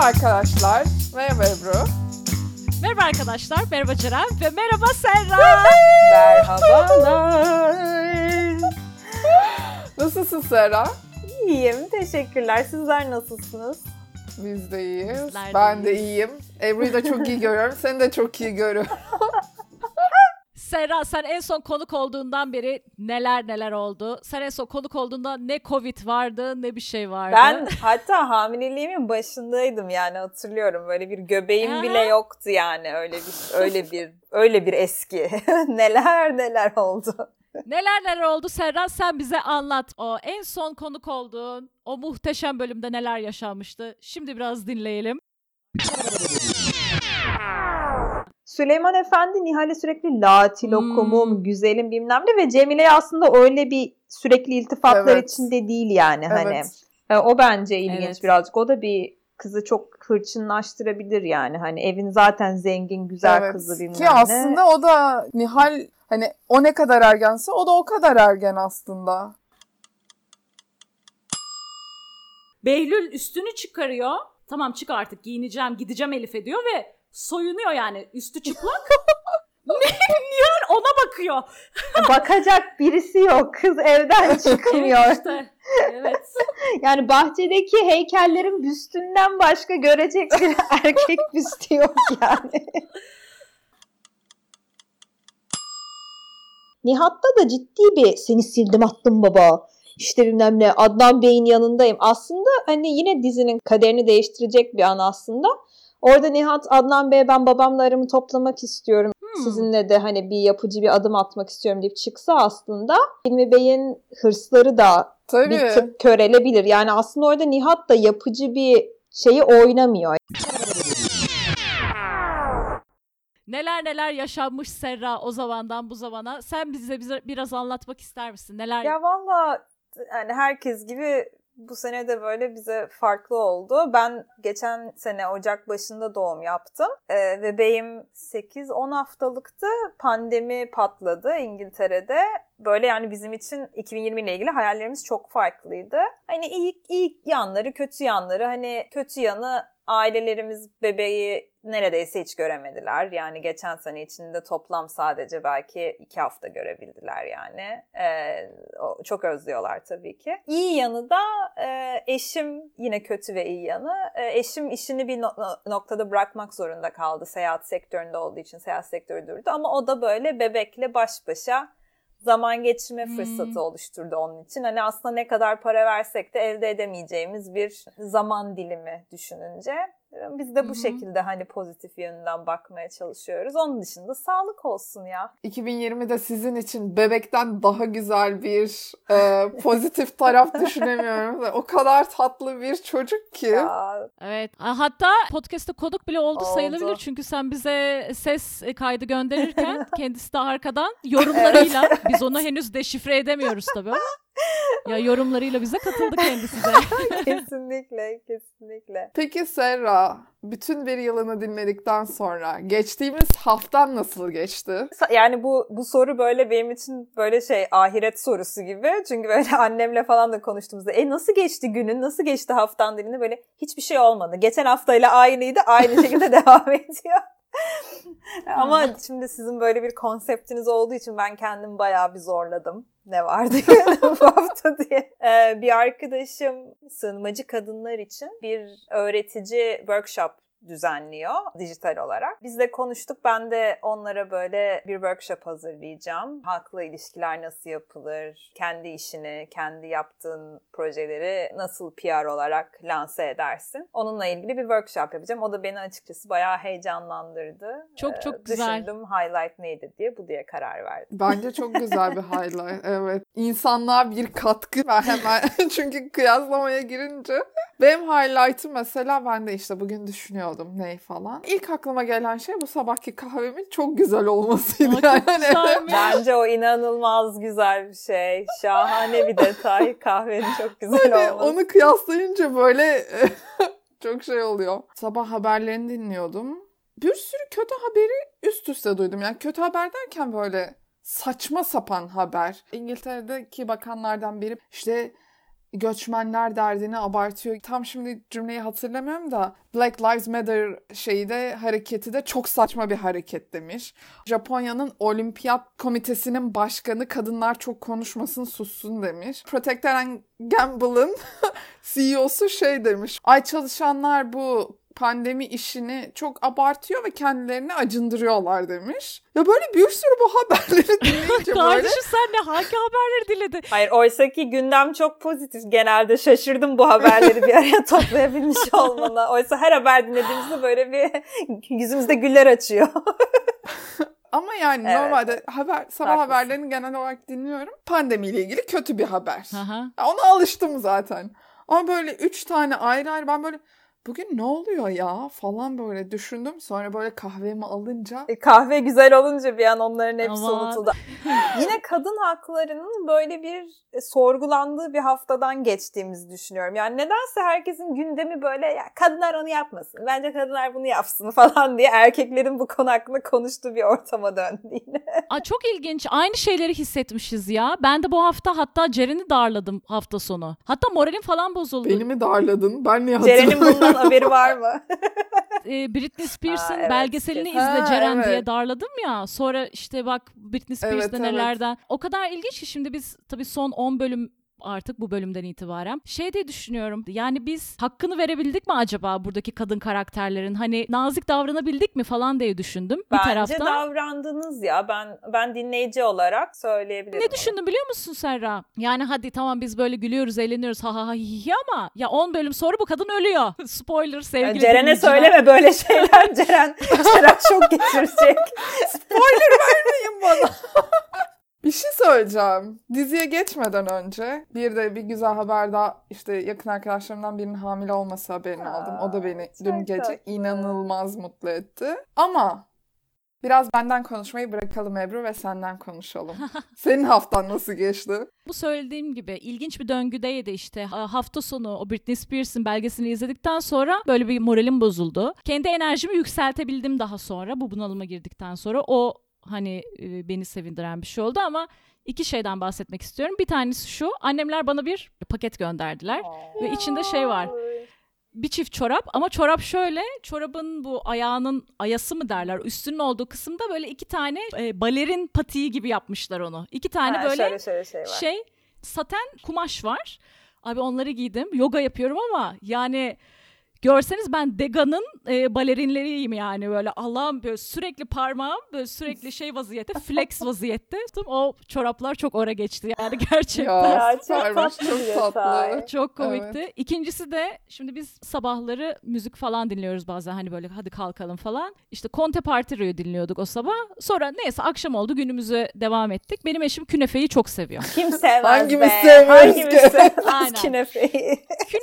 arkadaşlar. Merhaba Ebru. Merhaba arkadaşlar. Merhaba Ceren ve merhaba Serra. Merhabalar. Nasılsın Serra? İyiyim. Teşekkürler. Sizler nasılsınız? Biz de iyiyiz. Bizler de Ben de iyiyiz. iyiyim. Ebru'yu da çok iyi görüyorum. Seni de çok iyi görüyorum. Serra, sen en son konuk olduğundan beri neler oldu? Sen en son konuk olduğunda ne Covid vardı ne bir şey vardı. Ben hatta hamileliğimin başındaydım, yani hatırlıyorum. Böyle bir göbeğim bile yoktu yani. Öyle bir eski. neler oldu. Neler oldu Serra, sen bize anlat. O en son konuk olduğun o muhteşem bölümde neler yaşanmıştı? Şimdi biraz dinleyelim. Süleyman Efendi Nihal'e sürekli lati lokumum, güzelim bilmem ne ve Cemile'ye aslında öyle bir sürekli iltifatlar içinde değil yani hani. O bence ilginç birazcık. O da bir kızı çok hırçınlaştırabilir yani. Hani evin zaten zengin, güzel kızı bilmem Ki ne. aslında o da Nihal, hani o ne kadar ergense o da o kadar ergen aslında. Behlül üstünü çıkarıyor. Tamam, çık artık, giyineceğim, gideceğim Elif'e diyor ve soyunuyor yani. Üstü çıplak. Nihal ona bakıyor. Bakacak birisi yok. Kız evden çıkmıyor. İşte, evet. Yani bahçedeki heykellerin büstünden başka görecek bir erkek büstü yok yani. Nihat'ta da ciddi bir seni sildim attım baba, İşte bilmem ne, Adnan Bey'in yanındayım. Aslında hani yine dizinin kaderini değiştirecek bir an aslında. Orada Nihat, Adnan Bey ben babamla aramı toplamak istiyorum. Sizinle de hani bir yapıcı bir adım atmak istiyorum deyip çıksa aslında Hilmi Bey'in hırsları da bir tık körelebilir. Yani aslında orada Nihat da yapıcı bir şeyi oynamıyor. Neler yaşanmış Serra o zamandan bu zamana. Sen bize biraz anlatmak ister misin? Neler? Ya valla yani herkes gibi bu sene de böyle bize farklı oldu. Ben geçen sene Ocak başında doğum yaptım. Ve beyim 8-10 haftalıktı. Pandemi patladı İngiltere'de. Böyle yani bizim için 2020 ile ilgili hayallerimiz çok farklıydı. Hani iyi yanları, kötü yanları. Hani kötü yanı, ailelerimiz bebeği neredeyse hiç göremediler. Yani geçen sene içinde toplam sadece belki 2 hafta görebildiler yani. Çok özlüyorlar tabii ki. İyi yanı da eşim, yine kötü ve iyi yanı. Eşim işini bir noktada bırakmak zorunda kaldı. Seyahat sektöründe olduğu için seyahat sektörü durdu. Ama o da böyle bebekle baş başa zaman geçirme fırsatı oluşturdu onun için. Hani aslında ne kadar para versek de elde edemeyeceğimiz bir zaman dilimi düşününce. Biz de bu şekilde hani pozitif yönünden bakmaya çalışıyoruz. Onun dışında sağlık olsun ya. 2020'de sizin için bebekten daha güzel bir pozitif taraf düşünemiyorum. O kadar tatlı bir çocuk ki. Ya. Evet. Hatta podcast'ta konuk bile oldu sayılabilir. Çünkü sen bize ses kaydı gönderirken kendisi de arkadan yorumlarıyla, biz onu henüz deşifre edemiyoruz tabii ama ya yorumlarıyla bize katıldı kendisi de. Kesinlikle. Peki Serra, bütün bir yılını dinledikten sonra geçtiğimiz haftan nasıl geçti? Yani bu soru böyle benim için böyle ahiret sorusu gibi. Çünkü böyle annemle falan da konuştuğumuzda nasıl geçti günün, nasıl geçti haftan dediğinde böyle hiçbir şey olmadı. Geçen haftayla aynıydı, aynı şekilde devam ediyor. Ama şimdi sizin böyle bir konseptiniz olduğu için ben kendimi bayağı bir zorladım. Ne var diye bu hafta diye. Bir arkadaşım sığınmacı kadınlar için bir öğretici workshop düzenliyor dijital olarak. Biz de konuştuk. Ben de onlara böyle bir workshop hazırlayacağım. Halkla ilişkiler nasıl yapılır? Kendi işini, kendi yaptığın projeleri nasıl PR olarak lanse edersin? Onunla ilgili bir workshop yapacağım. O da beni açıkçası bayağı heyecanlandırdı. Çok güzel. Düşündüm highlight neydi diye karar verdim. Bence çok güzel bir highlight. Evet. İnsanlığa bir katkı var hemen. Çünkü kıyaslamaya girince. Benim highlight'ım mesela, ben de işte bugün düşünüyordum ne falan. İlk aklıma gelen şey bu sabahki kahvemin çok güzel olmasıydı. Bence o inanılmaz güzel bir şey. Şahane bir detay. Kahvenin çok güzel olması. Onu kıyaslayınca böyle çok oluyor. Sabah haberlerini dinliyordum. Bir sürü kötü haberi üst üste duydum. Yani kötü haber derken böyle saçma sapan haber. İngiltere'deki bakanlardan biri işte göçmenler derdini abartıyor. Tam şimdi cümleyi hatırlamıyorum da Black Lives Matter hareketi de çok saçma bir hareket demiş. Japonya'nın olimpiyat komitesinin başkanı kadınlar çok konuşmasın sussun demiş. Procter & Gamble'ın CEO'su demiş. Ay çalışanlar bu pandemi işini çok abartıyor ve kendilerini acındırıyorlar demiş. Ya böyle bir sürü bu haberleri dinleyince böyle. Kardeşim sen ne hangi haberleri dinledin? Hayır, oysaki gündem çok pozitif. Genelde şaşırdım bu haberleri bir araya toplayabilmiş olmana. Oysa her haber dinlediğimizde böyle bir yüzümüzde güller açıyor. Ama yani Evet. normalde sabah Haklısın. haberlerini genel olarak dinliyorum. Pandemiyle ilgili kötü bir haber. Aha. Ya ona alıştım zaten. Ama böyle 3 tane ayrı ben böyle bugün ne oluyor ya falan böyle düşündüm. Sonra böyle kahvemi alınca Kahve güzel olunca bir an onların hepsi Aman. unutuldu. Yine kadın haklarının böyle bir sorgulandığı bir haftadan geçtiğimizi düşünüyorum. Yani nedense herkesin gündemi böyle ya kadınlar onu yapmasın, bence kadınlar bunu yapsın falan diye erkeklerin bu konu hakkında konuştuğu bir ortama döndü yine. Çok ilginç. Aynı şeyleri hissetmişiz ya. Ben de bu hafta hatta Ceren'i darladım hafta sonu. Hatta moralim falan bozuldu. beni mi darladın? Ben niye Ceren'in hatırlamıyorum? bundan haberi var mı? Britney Spears'ın evet, belgeselini kesin. izle Ceren evet. diye darladım ya. Sonra işte bak Britney Spears'da Evet, nelerden. O kadar ilginç ki şimdi biz tabii son 10 bölüm artık bu bölümden itibaren diye düşünüyorum. Yani biz hakkını verebildik mi acaba buradaki kadın karakterlerin? Hani nazik davranabildik mi falan diye düşündüm bir Bence taraftan. davrandınız ya. Ben dinleyici olarak söyleyebilirim. Ne düşündün biliyor musun Serra? Yani hadi tamam biz böyle gülüyoruz, eğleniyoruz ha ha ha hi hi ama ya 10 bölüm sonra bu kadın ölüyor. Spoiler sevgili Ceren'e dinleyiciler. söyleme böyle şeyler. Ceren şok geçirecek. Vermeyin bana. Bir şey söyleyeceğim. Diziye geçmeden önce bir güzel haber daha işte yakın arkadaşlarımdan birinin hamile olması haberini aldım. O da beni çok dün gece tatlı. inanılmaz mutlu etti. Ama biraz benden konuşmayı bırakalım Ebru ve senden konuşalım. Senin haftan nasıl geçti? Bu söylediğim gibi ilginç bir döngüdeydi işte. Hafta sonu o Britney Spears'ın belgeselini izledikten sonra böyle bir moralim bozuldu. Kendi enerjimi yükseltebildim daha sonra bu bunalıma girdikten sonra. O hani beni sevindiren bir şey oldu ama iki şeyden bahsetmek istiyorum. Bir tanesi şu, annemler bana bir paket gönderdiler ve içinde var. Bir çift çorap ama çorap şöyle, çorabın bu ayağının ayası mı derler, üstünün olduğu kısımda böyle 2 tane balerin patiği gibi yapmışlar onu. 2 tane böyle şöyle şey var. Saten kumaş var. Abi onları giydim. Yoga yapıyorum ama yani görseniz ben Dega'nın balerinleriyim yani böyle Allah'ım böyle sürekli parmağım böyle sürekli vaziyette, flex vaziyette. O çoraplar çok ora geçti yani gerçekten. Ya, çok süpermiş, tatlı çok bir tatlı. detay. Çok komikti. Evet. İkincisi de şimdi biz sabahları müzik falan dinliyoruz bazen hani böyle hadi kalkalım falan. İşte Conte Party Rio'yu dinliyorduk o sabah. Sonra neyse akşam oldu günümüze devam ettik. Benim eşim künefeyi çok seviyor. Kim sevmez Hangimiz be? sevmiyoruz Hangimiz ki? sevmez Aynen. künefeyi?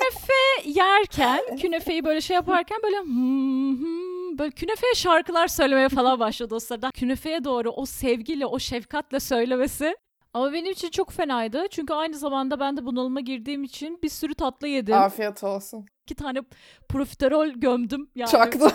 Yerken künefeyi böyle yaparken böyle böyle künefeye şarkılar söylemeye falan başladı o sırada. Künefeye doğru o sevgiyle, o şefkatle söylemesi. Ama benim için çok fenaydı. Çünkü aynı zamanda ben de bunalıma girdiğim için bir sürü tatlı yedim. Afiyet olsun. 2 tane profiterol gömdüm. Yani. Çaktım.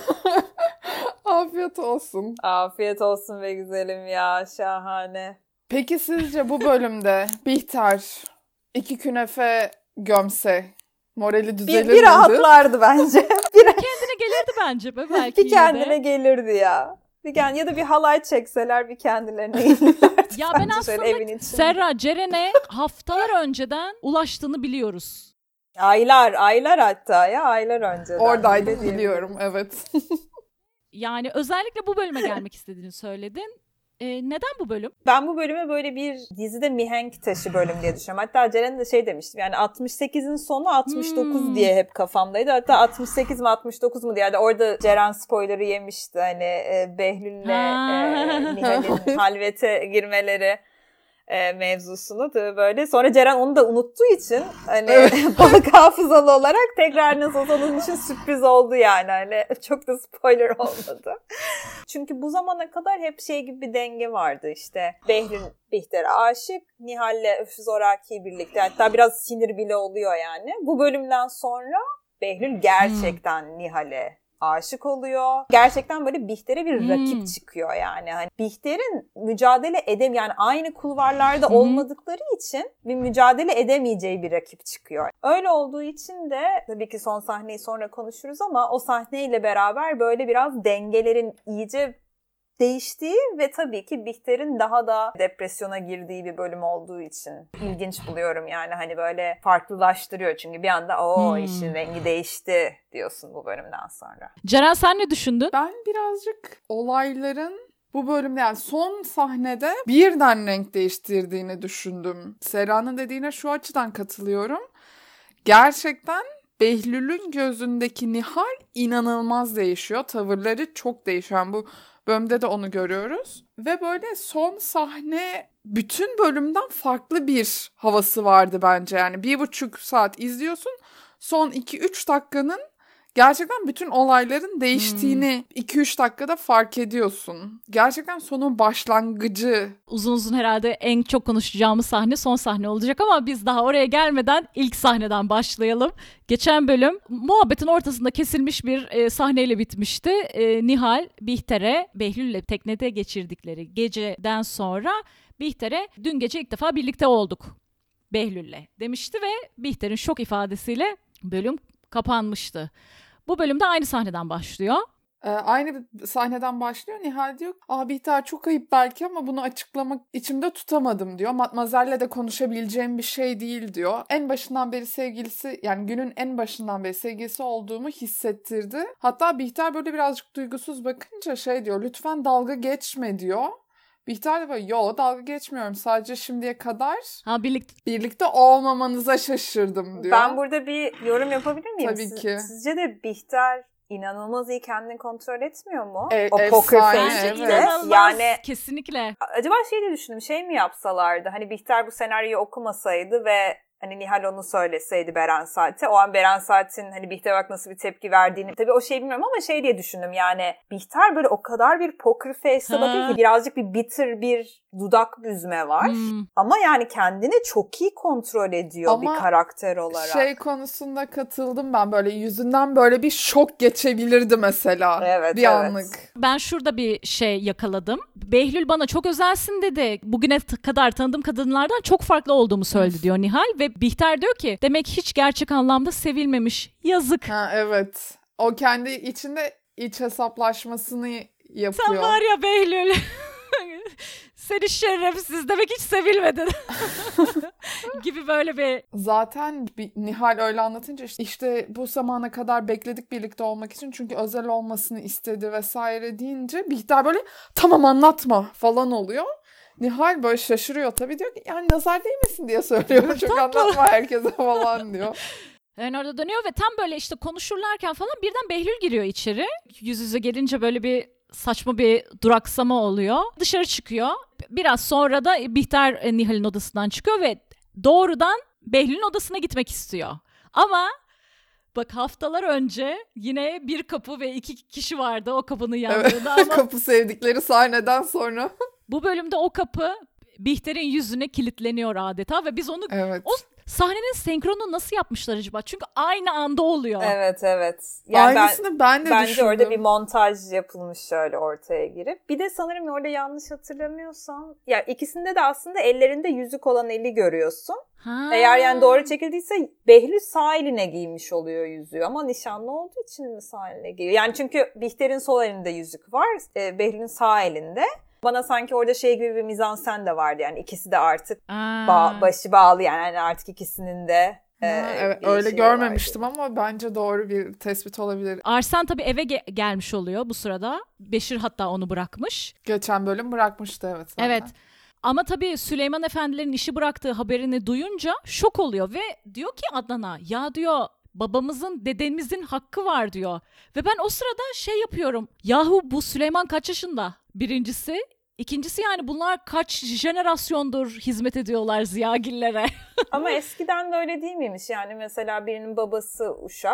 Afiyet olsun. Afiyet olsun be güzelim ya, şahane. Peki sizce bu bölümde Bihter 2 künefe gömse morali düzelir Bir miydi? rahatlardı bence. Kendine gelirdi bence be belki Bir yine de. kendine gelirdi ya. Ya da bir halay çekseler bir kendilerine gelirlerdi. Ya ben bence aslında şöyle evin içinde. Serra, Ceren'e haftalar önceden ulaştığını biliyoruz. Aylar hatta ya, aylar önceden. Oradaydım Öyle diyebilirim. biliyorum evet. Yani özellikle bu bölüme gelmek istediğini söyledin. Neden bu bölüm? Ben bu bölümü böyle bir dizide mihenk taşı bölüm diye düşünüyorum. Hatta Ceren de demiştim. Yani 68'in sonu 69 diye hep kafamdaydı. Hatta 68 mi 69 mu diye. Yani orada Ceren spoiler'ı yemişti. Hani Behlül'le Nihal'in halvete girmeleri mevzusunu da böyle. Sonra Ceren onu da unuttuğu için hani balık hafızalı olarak tekrar nasıl olsa onun için sürpriz oldu yani. Hani çok da spoiler olmadı. Çünkü bu zamana kadar hep gibi bir denge vardı işte. Behlül Bihter'e aşık, Nihal'le zoraki birlikte. Hatta biraz sinir bile oluyor yani. Bu bölümden sonra Behlül gerçekten Nihal'e aşık oluyor. Gerçekten böyle Bihter'e bir rakip çıkıyor yani. Hani Bihter'in mücadele yani aynı kulvarlarda olmadıkları için bir mücadele edemeyeceği bir rakip çıkıyor. Öyle olduğu için de tabii ki son sahneyi sonra konuşuruz ama o sahneyle beraber böyle biraz dengelerin iyice değiştiği ve tabii ki Bihter'in daha da depresyona girdiği bir bölüm olduğu için ilginç buluyorum yani hani böyle farklılaştırıyor çünkü bir anda işin rengi değişti diyorsun bu bölümden sonra. Ceren sen ne düşündün? Ben birazcık olayların bu bölümde yani son sahnede birden renk değiştirdiğini düşündüm. Serra'nın dediğine şu açıdan katılıyorum. Gerçekten Behlül'ün gözündeki Nihal inanılmaz değişiyor. Tavırları çok değişiyor. Yani bu bölümde de onu görüyoruz. Ve böyle son sahne bütün bölümden farklı bir havası vardı bence. Yani 1,5 saat izliyorsun. Son 2-3 dakikanın gerçekten bütün olayların değiştiğini 2-3 dakikada fark ediyorsun. Gerçekten sonun başlangıcı. Uzun uzun herhalde en çok konuşacağımız sahne son sahne olacak ama biz daha oraya gelmeden ilk sahneden başlayalım. Geçen bölüm muhabbetin ortasında kesilmiş bir sahneyle bitmişti. Nihal, Bihter'e, Behlül'le teknede geçirdikleri geceden sonra Bihter'e dün gece ilk defa birlikte olduk Behlül'le demişti ve Bihter'in şok ifadesiyle bölüm kapanmıştı. Bu bölümde aynı sahneden başlıyor. Aynı sahneden başlıyor. Nihal diyor Bihter çok ayıp belki ama bunu açıklamak içimde tutamadım diyor. Matmazel'le de konuşabileceğim bir şey değil diyor. En başından beri sevgilisi yani günün en başından beri sevgilisi olduğumu hissettirdi. Hatta Bihter böyle birazcık duygusuz bakınca şey diyor lütfen dalga geçme diyor. Bihter de böyle dalga geçmiyorum sadece şimdiye kadar birlikte olmamanıza şaşırdım diyor. Ben burada bir yorum yapabilir miyim? Tabii ki. Sizce de Bihter inanılmaz iyi kendini kontrol etmiyor mu? O poker Bence inanılmaz. Yani kesinlikle. Acaba de düşündüm şey mi yapsalardı? Hani Bihter bu senaryoyu okumasaydı ve hani Nihal onu söyleseydi Beren Saat'e. O an Beren Saat'in hani Bihter'e bak nasıl bir tepki verdiğini. Tabii o bilmiyorum ama diye düşündüm yani. Bihter böyle o kadar bir poker face'e bakıyor ki birazcık bir bitter bir dudak büzme var. Ama yani kendini çok iyi kontrol ediyor ama bir karakter olarak. Konusunda katıldım ben böyle yüzünden böyle bir şok geçebilirdi mesela. Evet, bir anlık. Ben şurada bir şey yakaladım. Behlül bana çok özelsin dedi. Bugüne kadar tanıdığım kadınlardan çok farklı olduğumu söyledi diyor Nihal ve Bihter diyor ki demek hiç gerçek anlamda sevilmemiş. Yazık. Evet. O kendi içinde iç hesaplaşmasını yapıyor. Sen var ya Behlül. Seni şerefsiz demek hiç sevilmedin. gibi böyle bir... Zaten Nihal öyle anlatınca işte bu zamana kadar bekledik birlikte olmak için çünkü özel olmasını istedi vesaire deyince Bihter böyle tamam anlatma falan oluyor. Nihal böyle şaşırıyor tabii diyor ki yani nazar değmesin diye söylüyor. Çok anlatma herkese falan diyor. Yani orada dönüyor ve tam böyle işte konuşurlarken falan birden Behlül giriyor içeri. Yüz yüze gelince böyle bir saçma bir duraksama oluyor. Dışarı çıkıyor. Biraz sonra da Bihter Nihal'in odasından çıkıyor ve doğrudan Behlül'ün odasına gitmek istiyor. Ama bak haftalar önce yine bir kapı ve 2 kişi vardı o kapının yanında. Evet, ama kapı sevdikleri sahneden sonra. Bu bölümde o kapı Bihter'in yüzüne kilitleniyor adeta ve biz onu o sahnenin senkronunu nasıl yapmışlar acaba? Çünkü aynı anda oluyor. Evet. Yani aynısını ben de bence düşündüm. Orada bir montaj yapılmış şöyle ortaya girip. Bir de sanırım orada yanlış hatırlamıyorsam ya ikisinde de aslında ellerinde yüzük olan eli görüyorsun. Eğer yani doğru çekildiyse Behlül sağ eline giymiş oluyor yüzüğü ama nişanlı olduğu için mi sağ eline giyiyor? Yani çünkü Bihter'in sol elinde yüzük var, Behlül'ün sağ elinde. Bana sanki orada gibi bir mizansen de vardı yani ikisi de artık başı bağlı yani artık ikisinin de evet, öyle görmemiştim vardı. Ama bence doğru bir tespit olabilir. Arsen tabii eve gelmiş oluyor bu sırada. Beşir hatta onu bırakmış. Geçen bölüm bırakmıştı evet zaten. Evet. Ama tabii Süleyman Efendilerin işi bıraktığı haberini duyunca şok oluyor ve diyor ki Adnan'a ya diyor babamızın dedemizin hakkı var diyor. Ve ben o sırada yapıyorum. Yahu bu Süleyman kaç yaşında? Birincisi. İkincisi yani bunlar kaç jenerasyondur hizmet ediyorlar Ziyagillere. Ama eskiden de öyle değil miymiş? Yani mesela birinin babası Uşak,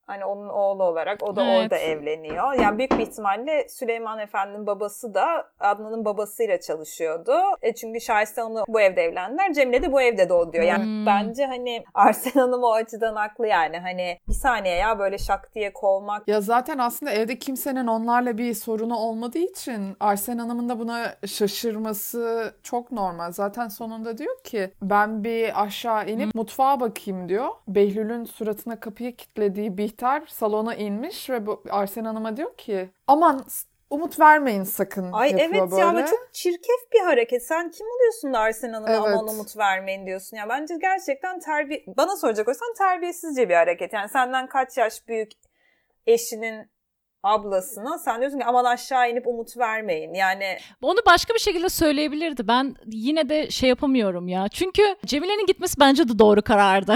Hani onun oğlu olarak o da Evet. orada evleniyor. Yani büyük bir ihtimalle Süleyman Efendi'nin babası da Adnan'ın babasıyla çalışıyordu. Çünkü Şahiste Hanım'la bu evde evlendiler. Cemile de bu evde doğuyor. Yani bence hani Arsen Hanım o açıdan haklı yani. Hani bir saniye ya böyle şak diye kovmak. Ya zaten aslında evde kimsenin onlarla bir sorunu olmadığı için Arsen Hanım'ın da buna şaşırması çok normal. Zaten sonunda diyor ki ben bir aşağı inip mutfağa bakayım diyor. Behlül'ün suratına kapıyı kilitlediği Bihter salona inmiş ve Arsen Hanım'a diyor ki aman umut vermeyin sakın Ay yapıyor evet böyle. ya ama çok çirkef bir hareket. Sen kim oluyorsun da Arsen Hanım'a Evet. aman umut vermeyin diyorsun. Ya bence gerçekten bana soracak olsan terbiyesizce bir hareket. Yani senden kaç yaş büyük eşinin ablasına sen diyorsun ki aman aşağı inip umut vermeyin. Yani Onu başka bir şekilde söyleyebilirdi. Ben yine de şey yapamıyorum ya. Çünkü Cemile'nin gitmesi bence de doğru karardı.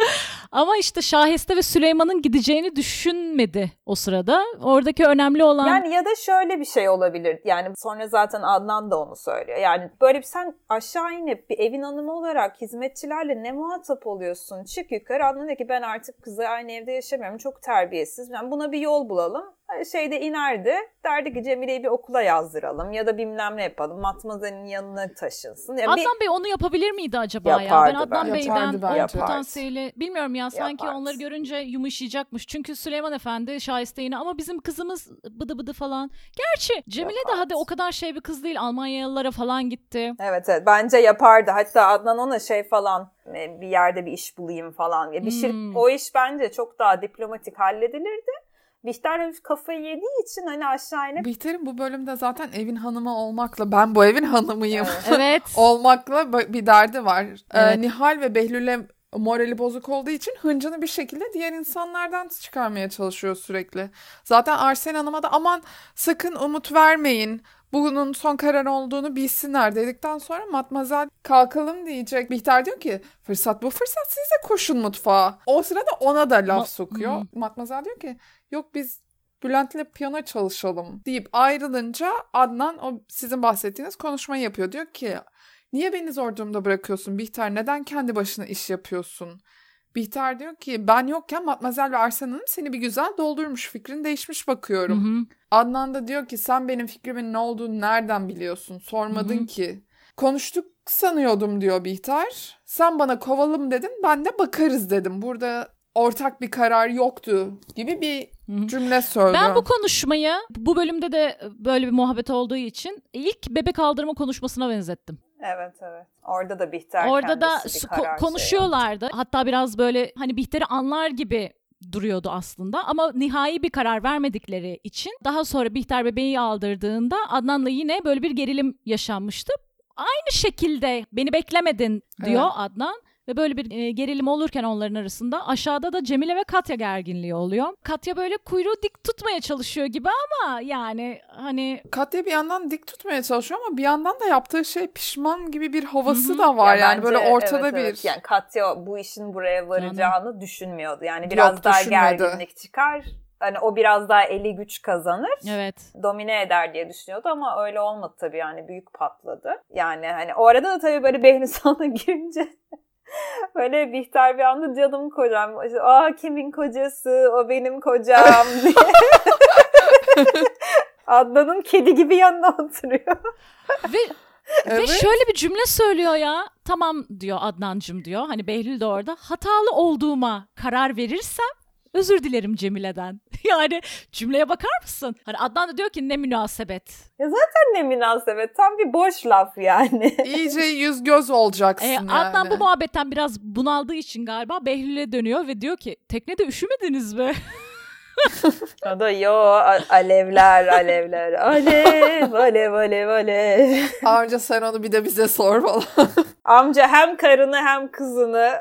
Ama işte Şahiste ve Süleyman'ın gideceğini düşünmedi o sırada. Oradaki önemli olan... yani ya da şöyle bir şey olabilir. Yani sonra zaten Adnan da onu söylüyor. Yani böyle bir sen aşağı inip bir evin hanımı olarak hizmetçilerle ne muhatap oluyorsun? Çık yukarı. Adnan dedi ki ben artık kızla aynı evde yaşamıyorum. Çok terbiyesiz. Yani buna bir yol bulalım. Şeyde inerdi. Derdi ki Cemile'yi bir okula yazdıralım ya da bilmem ne yapalım. Matmazel'in yanına taşınsın. Yani Adnan Bey onu yapabilir miydi acaba ya? Ben Yapardı Adnan bence. Bey'den Yapardı o bence. potansiyeli bilmiyorum ya. Sanki Yapardı. onları görünce yumuşayacakmış. Çünkü Süleyman Efendi Şahiste yine ama bizim kızımız bıdı bıdı falan. Gerçi Cemile de Yapardı. hadi o kadar şey bir kız değil. Almanyalılara falan gitti. Evet bence yapardı. Hatta Adnan ona şey falan bir yerde bir iş bulayım falan. O iş bence çok daha diplomatik halledilirdi. Bihter hafif kafayı yediği için hani aşağı inip Bihter'in bu bölümde zaten evin hanımı olmakla ben bu evin hanımıyım Evet. olmakla bir derdi var. Evet. Nihal ve Behlül'e morali bozuk olduğu için hıncını bir şekilde diğer insanlardan çıkarmaya çalışıyor sürekli. Zaten Arsen Hanım'a da aman sakın umut vermeyin. Bunun son karar olduğunu bilsinler dedikten sonra Matmazel kalkalım diyecek. Bihter diyor ki fırsat bu fırsat siz de koşun mutfağa. O sırada ona da laf sokuyor. Matmazel diyor ki yok biz Bülent'le piyano çalışalım deyip ayrılınca Adnan o sizin bahsettiğiniz konuşmayı yapıyor. Diyor ki niye beni zor durumda bırakıyorsun Bihter? Neden kendi başına iş yapıyorsun? Bihter diyor ki ben yokken Matmazel ve Arsen Hanım seni bir güzel doldurmuş. Fikrin değişmiş bakıyorum. Adnan da diyor ki sen benim fikrimin ne olduğunu nereden biliyorsun? Sormadın ki. Konuştuk sanıyordum diyor Bihter. Sen bana kovalım dedin ben de bakarız dedim. Burada ortak bir karar yoktu gibi bir cümle söylüyor. Ben bu konuşmayı bu bölümde de böyle bir muhabbet olduğu için ilk bebek aldırma konuşmasına benzettim. evet. Orada da Bihter Orada da kendisi bir karar konuşuyorlardı. Hatta biraz böyle hani Bihter'i anlar gibi duruyordu aslında ama nihai bir karar vermedikleri için daha sonra Bihter bebeği aldırdığında Adnan'la yine böyle bir gerilim yaşanmıştı. Aynı şekilde beni beklemedin diyor Evet. Adnan. Ve böyle bir gerilim olurken onların arasında aşağıda da Cemile ve Katya gerginliği oluyor. Katya böyle kuyruğu dik tutmaya çalışıyor gibi ama yani hani... Katya bir yandan dik tutmaya çalışıyor ama bir yandan da yaptığı şey pişman gibi bir havası da var. Yani bence, böyle ortada evet. bir... Yani Katya bu işin buraya varacağını düşünmüyordu. Yani biraz Yok, daha düşünmedi. gerginlik çıkar. Hani o biraz daha eli güç kazanır. Evet. Domine eder diye düşünüyordu ama öyle olmadı tabii yani büyük patladı. Yani hani o arada da tabii böyle Behlül salona girince böyle Bihter bir anda canım kocam. Kimin kocası? O benim kocam diye. Adnan'ın kedi gibi yanına oturuyor. Ve Evet. şöyle bir cümle söylüyor ya. Tamam diyor Adnancığım diyor. Hani Behlül de orada. Hatalı olduğuma karar verirsem özür dilerim Cemile'den. Yani cümleye bakar mısın? Hani Adnan da diyor ki ne münasebet. Ya zaten ne münasebet. Tam bir boş laf yani. İyice yüz göz olacaksın yani. Adnan bu muhabbetten biraz bunaldığı için galiba Behlül'e dönüyor ve diyor ki teknede üşümediniz mi? O da alevler. Alev. Amca sen onu bir de bize sor falan. Amca hem karını hem kızını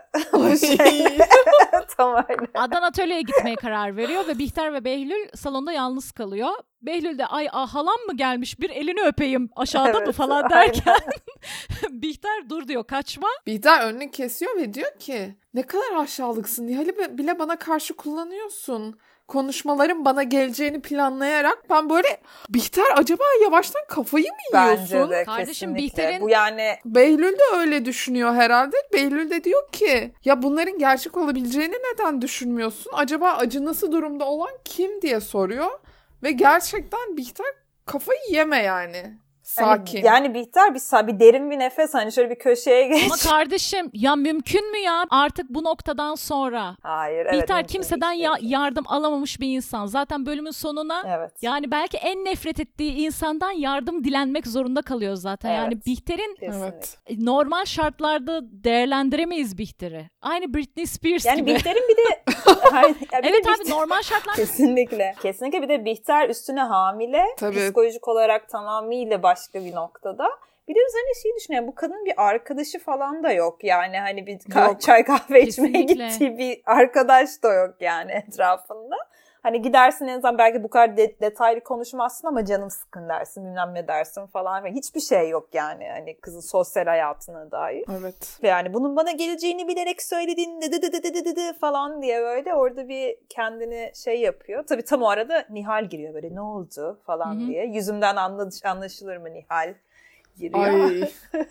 tam öyle. Adnan atölyeye gitmeye karar veriyor ve Bihter ve Behlül salonda yalnız kalıyor. Behlül de ay halam mı gelmiş bir elini öpeyim aşağıda mı Evet, falan derken Bihter dur diyor kaçma. Bihter önünü kesiyor ve diyor ki ne kadar aşağılıksın. Nihal'i bile bana karşı kullanıyorsun. konuşmaların bana geleceğini planlayarak ben böyle Bihter acaba yavaştan kafayı mı yiyorsun? Bence de Kardeşim, kesinlikle. Bihter'in- Bu yani Behlül de öyle düşünüyor herhalde. Behlül de diyor ki ya bunların gerçek olabileceğini neden düşünmüyorsun? Acaba acınası durumda olan kim diye soruyor. Ve gerçekten Bihter kafayı yeme yani. Sakin. Yani Bihter bir derin bir nefes, hani şöyle bir köşeye geç. Ama kardeşim ya mümkün mü ya artık bu noktadan sonra? Hayır, evet. Bihter mümkün kimseden değil. yardım alamamış bir insan. Zaten bölümün sonuna Evet. yani belki en nefret ettiği insandan yardım dilenmek zorunda kalıyor zaten. Evet. Yani Bihter'in Kesinlikle. Evet. normal şartlarda değerlendiremeyiz Bihter'i. Aynı Britney Spears Yani gibi. Bihter'in bir de Ya bir Evet de abi, normal şartlar. Kesinlikle. Kesinlikle, bir de Bihter üstüne hamile. Tabii. Psikolojik olarak tamamıyla başka bir noktada. Bir de üzerine şey düşünüyorum. Bu kadının bir arkadaşı falan da yok. Yani hani bir Yok. çay kahve içmeye Kesinlikle. gittiği bir arkadaş da yok yani etrafında. Hani gidersin en azından belki bu kadar detaylı konuşmazsın ama canım sıkın dersin, bilmem ne dersin falan. Ve hiçbir şey yok yani hani kızın sosyal hayatına dair. Evet. Ve yani bunun bana geleceğini bilerek söylediğin falan diye böyle orada bir kendini şey yapıyor. Tabii tam o arada Nihal giriyor böyle, ne oldu falan Hı hı. diye. Yüzümden anlaşılır mı Nihal giriyor. Ay.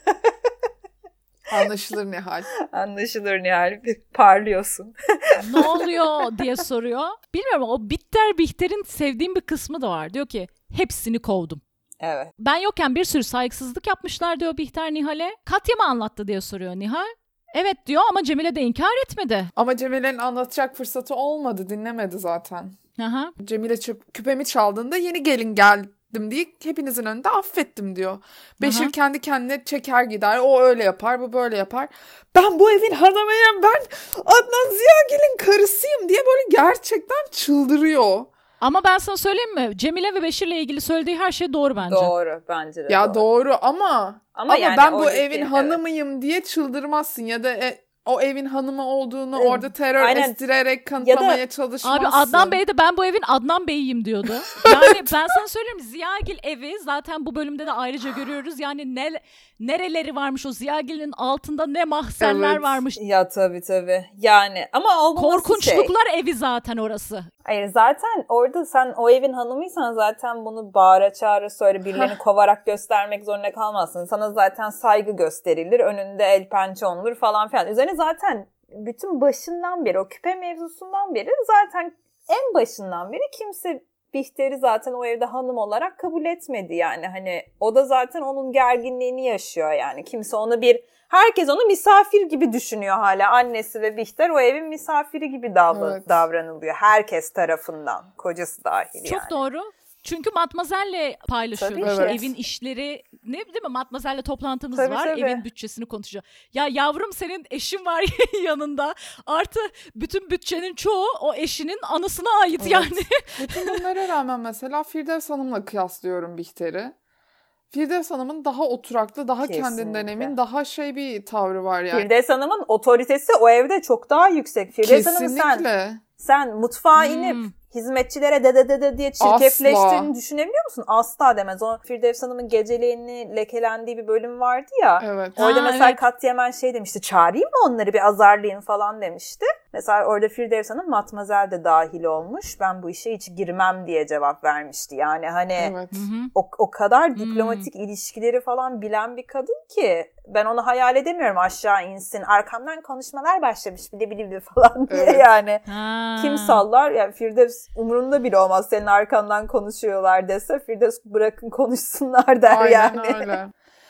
Anlaşılır Nihal. Anlaşılır Nihal, parlıyorsun. Ne oluyor diye soruyor. Bilmiyorum, o Bihter'in sevdiğim bir kısmı da var. Diyor ki hepsini kovdum. Evet. Ben yokken bir sürü saygısızlık yapmışlar diyor Bihter Nihal'e. Katya mı anlattı diye soruyor Nihal. Evet diyor ama Cemile de inkar etmedi. Ama Cemile'nin anlatacak fırsatı olmadı. Dinlemedi zaten. Aha. Cemile küpemi çaldığında yeni gelin geldim diye hepinizin önünde affettim diyor. Beşir Aha. kendi kendine çeker gider. O öyle yapar, bu böyle yapar. Ben bu evin hanımıyım, ben Adnan Ziyagil'in karısıyım diye böyle gerçekten çıldırıyor. Ama ben sana söyleyeyim mi? Cemile ve Beşir'le ilgili söylediği her şey doğru bence. Doğru, bence de Ya doğru ama yani ben bu oradaki- evin evet. hanımıyım diye çıldırmazsın ya da o evin hanımı olduğunu Evet, orada terör aynen. estirerek kanıtlamaya Ya çalışmazsın. Abi Adnan Bey de ben bu evin Adnan Bey'iyim diyordu. Yani ben sana söyleyeyim, Ziyagil evi zaten bu bölümde de ayrıca görüyoruz. Yani nereleri varmış o Ziyagil'in altında, ne mahzenler Evet. varmış. Ya tabii. Yani ama olmaması Korkunçluklar evi zaten orası. Hayır, zaten orada sen o evin hanımıysan zaten bunu bağıra çağıra söyle, birilerini kovarak göstermek zorunda kalmazsın. Sana zaten saygı gösterilir, önünde el pençe olunur falan filan. Üzerine zaten bütün başından beri, o küpe mevzusundan beri, zaten en başından beri kimse Bihter'i zaten o evde hanım olarak kabul etmedi yani. Hani o da zaten onun gerginliğini yaşıyor yani. Kimse onu herkes onu misafir gibi düşünüyor hala. Annesi ve Bihter o evin misafiri gibi Evet. davranılıyor. Herkes tarafından. Kocası dahil Çok yani. doğru. Çünkü Matmazel'le paylaşıyordu. Tabii, İşte evet. evin işleri, ne değil mi? Matmazel'le toplantımız Tabii, var. tabii. Evin bütçesini konuşuyor. Ya yavrum, senin eşin var yanında. Artı bütün bütçenin çoğu o eşinin anısına ait Evet. yani. Bütün bunlara rağmen mesela Firdevs Hanım'la kıyaslıyorum Bihter'i. Firdevs Hanım'ın daha oturaklı, daha kendinden Kesinlikle. emin, daha bir tavrı var yani. Firdevs Hanım'ın otoritesi o evde çok daha yüksek. Firdevs Hanım'ı Kesinlikle. sen mutfağa inip hizmetçilere dede diye çirkefleştiğini Asla. düşünebiliyor musun? Asla demez. O Firdevs Hanım'ın geceliğini lekelendiği bir bölüm vardı ya. Evet. Orada Ha, mesela evet. Katya hemen şey demişti. Çağırayım mı onları, bir azarlayayım falan demişti. Mesela orada Firdevs Hanım Matmazel de dahil olmuş. Ben bu işe hiç girmem diye cevap vermişti. Yani hani Evet. o kadar diplomatik ilişkileri falan bilen bir kadın ki ben onu hayal edemiyorum, aşağı insin, arkamdan konuşmalar başlamış bile falan diye Evet. yani. Ha. Kim sallar? Yani Firdevs umurunda bile olmaz senin arkandan konuşuyorlar dese, Firdevs bırakın konuşsunlar der Aynen yani. öyle.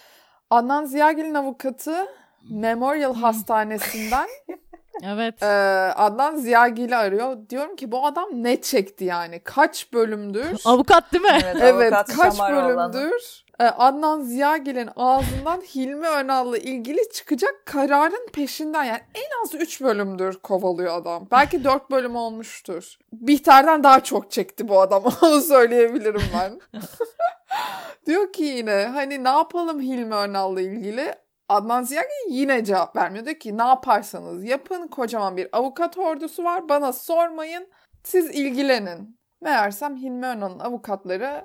Adnan Ziyagil'in avukatı Memorial Hastanesi'nden Evet. Adnan Ziyagil'i arıyor. Diyorum ki bu adam ne çekti yani? Kaç bölümdür? Avukat değil mi? Evet, avukat kaç Şamaroğlan'ın. bölümdür Adnan Ziyagil'in ağzından Hilmi Önal'la ilgili çıkacak kararın peşinden, yani en az 3 bölümdür kovalıyor adam. Belki 4 bölüm olmuştur. Bihter'den daha çok çekti bu adam, onu söyleyebilirim ben. Diyor ki yine hani ne yapalım Hilmi Önal'la ilgili? Adnan Ziyagil yine cevap vermiyor. Diyor ki ne yaparsanız yapın, kocaman bir avukat ordusu var, bana sormayın, siz ilgilenin. Meğersem Hilmi Önal'ın avukatları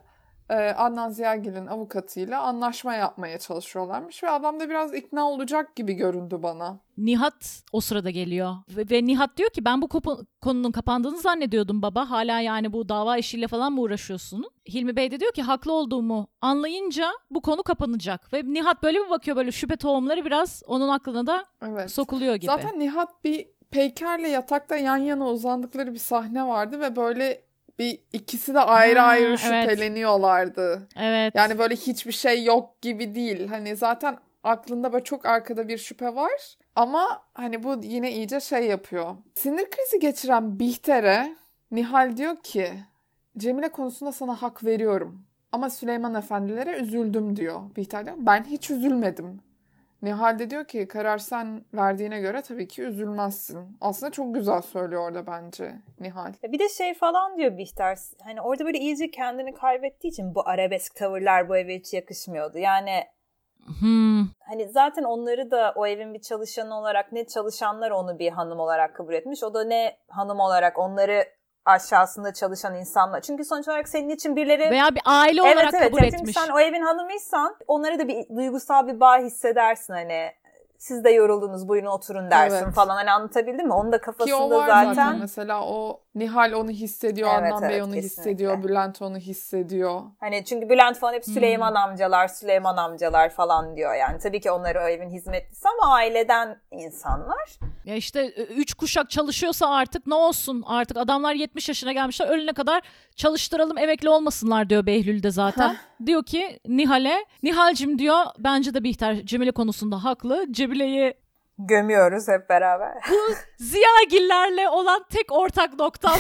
Adnan Ziyagil'in avukatıyla anlaşma yapmaya çalışıyorlarmış ve adam da biraz ikna olacak gibi göründü bana. Nihat o sırada geliyor ve Nihat diyor ki ben bu konunun kapandığını zannediyordum baba. Hala yani bu dava işiyle falan mı uğraşıyorsun? Hilmi Bey de diyor ki haklı olduğumu anlayınca bu konu kapanacak. Ve Nihat böyle bir bakıyor, böyle şüphe tohumları biraz onun aklına da sokuluyor gibi. Zaten Nihat bir Peyker'le yatakta yan yana uzandıkları bir sahne vardı ve böyle bir ikisi de ayrı ayrı şüpheleniyorlardı. Evet. Yani böyle hiçbir şey yok gibi değil. Hani zaten aklında böyle çok arkada bir şüphe var. Ama hani bu yine iyice şey yapıyor. Sinir krizi geçiren Bihter'e Nihal diyor ki Cemile konusunda sana hak veriyorum. Ama Süleyman Efendilere üzüldüm diyor. Bihter diyor ben hiç üzülmedim. Nihal de diyor ki karar sen verdiğine göre tabii ki üzülmezsin. Aslında çok güzel söylüyor orada bence Nihal. Bir de şey falan diyor Bihter. Hani orada böyle iyice kendini kaybettiği için bu arabesk tavırlar bu eve hiç yakışmıyordu. Yani hani zaten onları da o evin bir çalışanı olarak ne çalışanlar onu bir hanım olarak kabul etmiş. O da ne hanım olarak onları aşağısında çalışan insanlar. Çünkü sonuç olarak senin için birileri... Veya bir aile olarak kabul etmiş. Çünkü sen o evin hanımıysan onlara da bir duygusal bir bağ hissedersin hani. Siz de yoruldunuz buyurun oturun dersin falan. Hani anlatabildim mi? Onun da kafasında ki o var zaten. Mesela o Nihal onu hissediyor, Adnan Bey onu hissediyor, Bülent onu hissediyor. Hani çünkü Bülent falan hep Süleyman amcalar falan diyor yani. Tabii ki onlar o evin hizmetlisi ama aileden insanlar. Ya işte 3 kuşak çalışıyorsa artık ne olsun? Artık adamlar 70 yaşına gelmişler. Ölene kadar çalıştıralım, emekli olmasınlar diyor Behlül de zaten. Diyor ki Nihal'e, Nihal'cim diyor bence de Bihter Cemile konusunda haklı. Cemile'yi gömüyoruz hep beraber. Bu Ziyagillerle olan tek ortak noktam.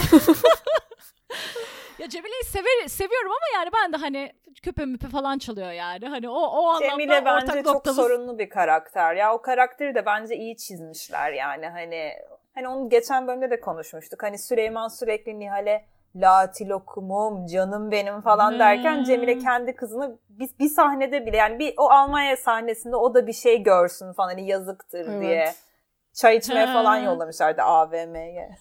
Ya Cemile'yi seviyorum ama yani ben de hani küpe müpe falan çalıyor yani. Hani o anlamda Cemile ortak bence noktamız. çok sorunlu bir karakter. Ya o karakteri de bence iyi çizmişler yani. Hani onu geçen bölümde de konuşmuştuk. Hani Süleyman sürekli Nihal'e latilokumum canım benim falan derken Cemile kendi kızını bir sahnede bile yani bir o Almanya sahnesinde o da bir şey görsün falan hani yazıktır diye çay içmeye falan yollamışlardı AVM'ye.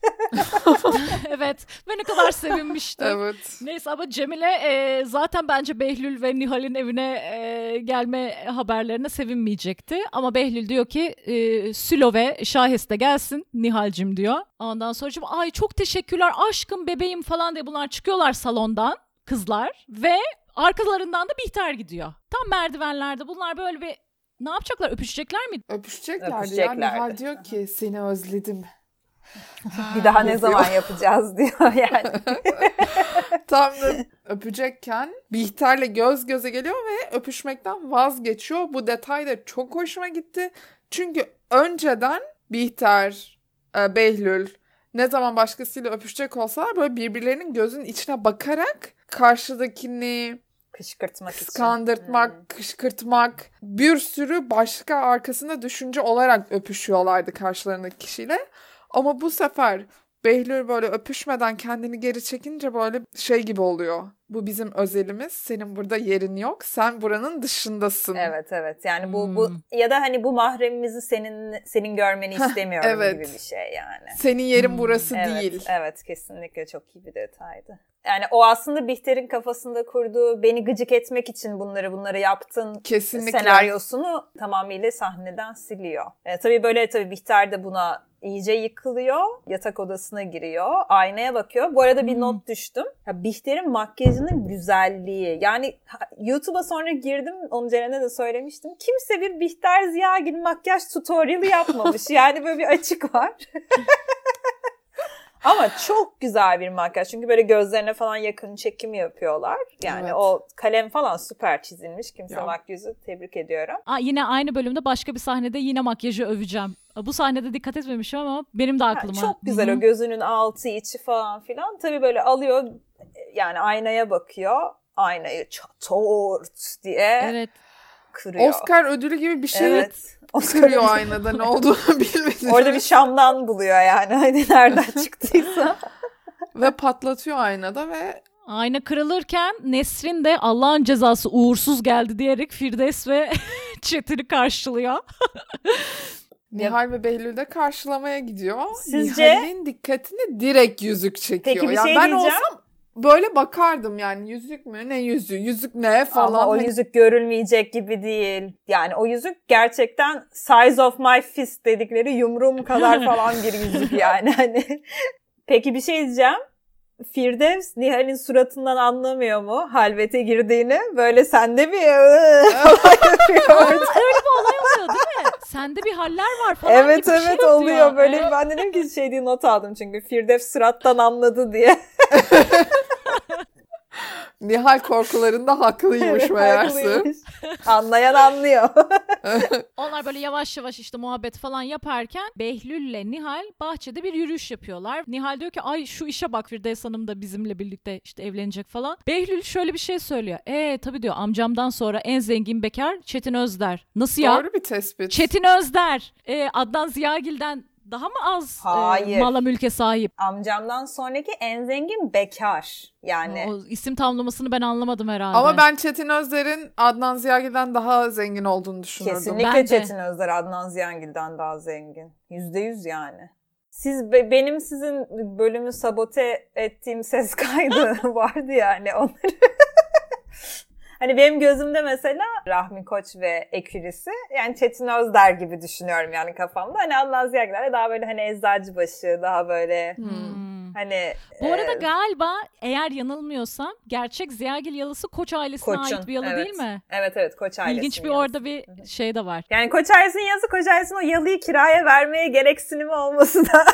Evet ve ne kadar sevinmiştim. Evet. Neyse ama Cemile zaten bence Behlül ve Nihal'in evine gelme haberlerine sevinmeyecekti. Ama Behlül diyor ki Sülo ve Şahiste gelsin Nihal'cim diyor. Ondan sonra ay çok teşekkürler aşkım bebeğim falan diye bunlar çıkıyorlar salondan kızlar ve arkalarından da Bihter gidiyor. Tam merdivenlerde bunlar böyle bir ne yapacaklar, öpüşecekler mi? Öpüşeceklerdi ya. Nihal diyor ki seni özledim. Bir daha ne zaman yapacağız diyor yani. Tam da öpecekken Bihter'le göz göze geliyor ve öpüşmekten vazgeçiyor. Bu detay da çok hoşuma gitti. Çünkü önceden Bihter, Behlül ne zaman başkasıyla öpüşecek olsalar böyle birbirlerinin gözünün içine bakarak karşıdakini kıskandırtmak, kışkırtmak, bir sürü başka arkasında düşünce olarak öpüşüyorlardı karşılarındaki kişiyle. Ama bu sefer Behlül böyle öpüşmeden kendini geri çekince böyle şey gibi oluyor. Bu bizim özelimiz. Senin burada yerin yok. Sen buranın dışındasın. Evet. Yani bu ya da hani bu mahremimizi senin görmeni istemiyorum gibi bir şey yani. Senin yerin burası değil. Evet, kesinlikle çok iyi bir detaydı. Yani o aslında Bihter'in kafasında kurduğu beni gıcık etmek için bunları yaptın kesinlikle senaryosunu tamamıyla sahneden siliyor. Tabii Bihter de buna iyice yıkılıyor. Yatak odasına giriyor. Aynaya bakıyor. Bu arada bir not düştüm. Bihter'in makyajının güzelliği. Yani YouTube'a sonra girdim. Onu Ceren'e de söylemiştim. Kimse bir Bihter Ziyagil makyaj tutorial'ı yapmamış. Yani böyle bir açık var. Ama çok güzel bir makyaj. Çünkü böyle gözlerine falan yakın çekim yapıyorlar. Yani o kalem falan süper çizilmiş. Kimse makyajı tebrik ediyorum. Yine aynı bölümde başka bir sahnede yine makyajı öveceğim. Bu sahnede dikkat etmemişim ama benim de aklıma. Çok güzel o gözünün altı içi falan filan. Tabii böyle alıyor yani aynaya bakıyor. Aynayı çatort diye kırıyor. Oscar ödülü gibi bir şey kırıyor aynada ne olduğunu bilmediğini. Orada bir şamdan buluyor yani. Hani nereden çıktıysa. Ve patlatıyor aynada ve ayna kırılırken Nesrin de Allah'ın cezası uğursuz geldi diyerek Firdevs ve Çetin'i karşılıyor. Nihal ve Behlül de karşılamaya gidiyor. Sizce? Nihal'in dikkatini direkt yüzük çekiyor. Peki bir şey ben diyeceğim. Olsam böyle bakardım yani, yüzük mü, ne yüzüğü, yüzük ne falan. Ama o yüzük görülmeyecek gibi değil. Yani o yüzük gerçekten size of my fist dedikleri yumruğum kadar falan bir yüzük yani. Hani. Peki bir şey diyeceğim. Firdevs Nihal'in suratından anlamıyor mu halvete girdiğini? Böyle sende bir Öyle bir olay oluyor değil mi? Sende bir haller var falan evet gibi bir şey oluyor. diyor. Böyle ben dedim ki şey diye not aldım çünkü Firdevs surattan anladı diye. Nihal korkularında haklıymış Evet, meğerse. haklıymış. Anlayan anlıyor. Onlar böyle yavaş yavaş işte muhabbet falan yaparken Behlül'le Nihal bahçede bir yürüyüş yapıyorlar. Nihal diyor ki ay şu işe bak, Firdevs Hanım da bizimle birlikte işte evlenecek falan. Behlül şöyle bir şey söylüyor. Tabii diyor, amcamdan sonra en zengin bekar Çetin Özder. Nasıl ya? Doğru bir tespit. Çetin Özder. Adnan Ziyagil'den daha mı az Hayır. mala mülke sahip? Amcamdan sonraki en zengin bekar. Yani O isim tamlamasını ben anlamadım herhalde. Ama ben Çetin Özder'in Adnan Ziyagil'den daha zengin olduğunu düşünürdüm. kesinlikle Ben de. Çetin Özder Adnan Ziyagil'den daha zengin. %100 yani. Benim sizin bölümü sabote ettiğim ses kaydı vardı yani onları. Hani benim gözümde mesela Rahmi Koç ve ekürisi yani Çetin Özder gibi düşünüyorum yani kafamda. Hani Adnan Ziyagil'ler daha böyle hani Eczacıbaşı, daha böyle hani... Bu arada galiba eğer yanılmıyorsam gerçek Ziyagil yalısı Koç ailesine Koç'un, ait bir yalı evet. değil mi? Evet Koç ailesinin İlginç bir yalısı. orada bir şey de var. Yani Koç ailesinin yazı, Koç ailesinin o yalıyı kiraya vermeye gereksinimi olması da...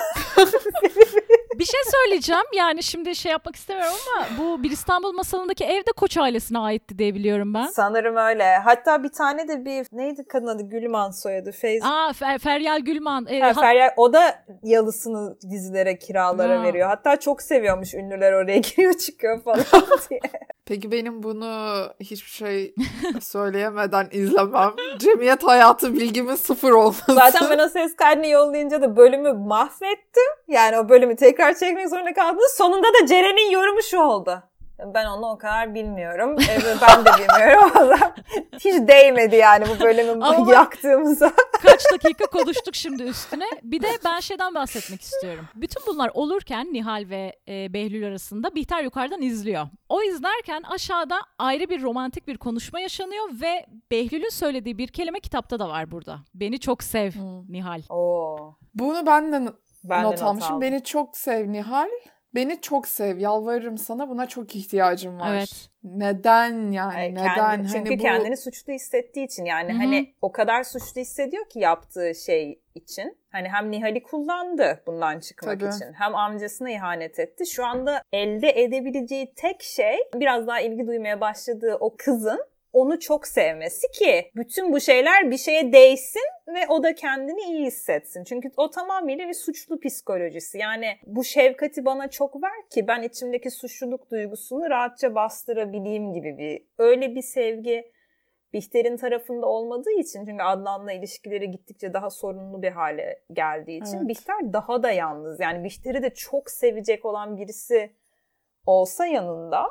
Bir şey söyleyeceğim. Yani şimdi şey yapmak istemiyorum ama bu Bir İstanbul Masalı'ndaki ev de Koç ailesine aitti diye biliyorum ben. Sanırım öyle. Hatta bir tane de neydi kadın adı? Gülman soyadı. Feryal Gülman. Feryal, o da yalısını dizilere, kiralara veriyor. Hatta çok seviyormuş ünlüler oraya giriyor çıkıyor falan diye. Peki benim bunu hiçbir şey söyleyemeden izlemem, cemiyet hayatı bilgimin sıfır olması. Zaten ben o ses kaydını yollayınca da bölümü mahvettim. Yani o bölümü tekrar çekmek zorunda kaldım. Sonunda da Ceren'in yorumu şu oldu. Ben onu o kadar bilmiyorum. Ben de bilmiyorum. O zaman hiç değmedi yani bu bölümü yaktığımıza. Kaç dakika konuştuk şimdi üstüne. Bir de ben şeyden bahsetmek istiyorum. Bütün bunlar olurken Nihal ve Behlül arasında Bihter yukarıdan izliyor. O izlerken aşağıda ayrı bir romantik bir konuşma yaşanıyor ve Behlül'ün söylediği bir kelime kitapta da var burada. Beni çok sev Nihal. Oo. Bunu ben de Ben not de almışım. aldım. Beni çok sev Nihal. Beni çok sev. Yalvarırım sana. Buna çok ihtiyacım var. Evet. Neden yani? Neden? Çünkü hani kendini suçlu hissettiği için yani hani o kadar suçlu hissediyor ki yaptığı şey için. Hani hem Nihal'i kullandı bundan çıkmak için. Hem amcasına ihanet etti. Şu anda elde edebileceği tek şey biraz daha ilgi duymaya başladığı o kızın onu çok sevmesi ki bütün bu şeyler bir şeye değsin ve o da kendini iyi hissetsin. Çünkü o tamamıyla bir suçlu psikolojisi. Yani bu şefkati bana çok ver ki ben içimdeki suçluluk duygusunu rahatça bastırabileyim gibi öyle bir sevgi Bihter'in tarafında olmadığı için, çünkü Adnan'la ilişkileri gittikçe daha sorunlu bir hale geldiği için Bihter daha da yalnız. Yani Bihter'i de çok sevecek olan birisi olsa yanında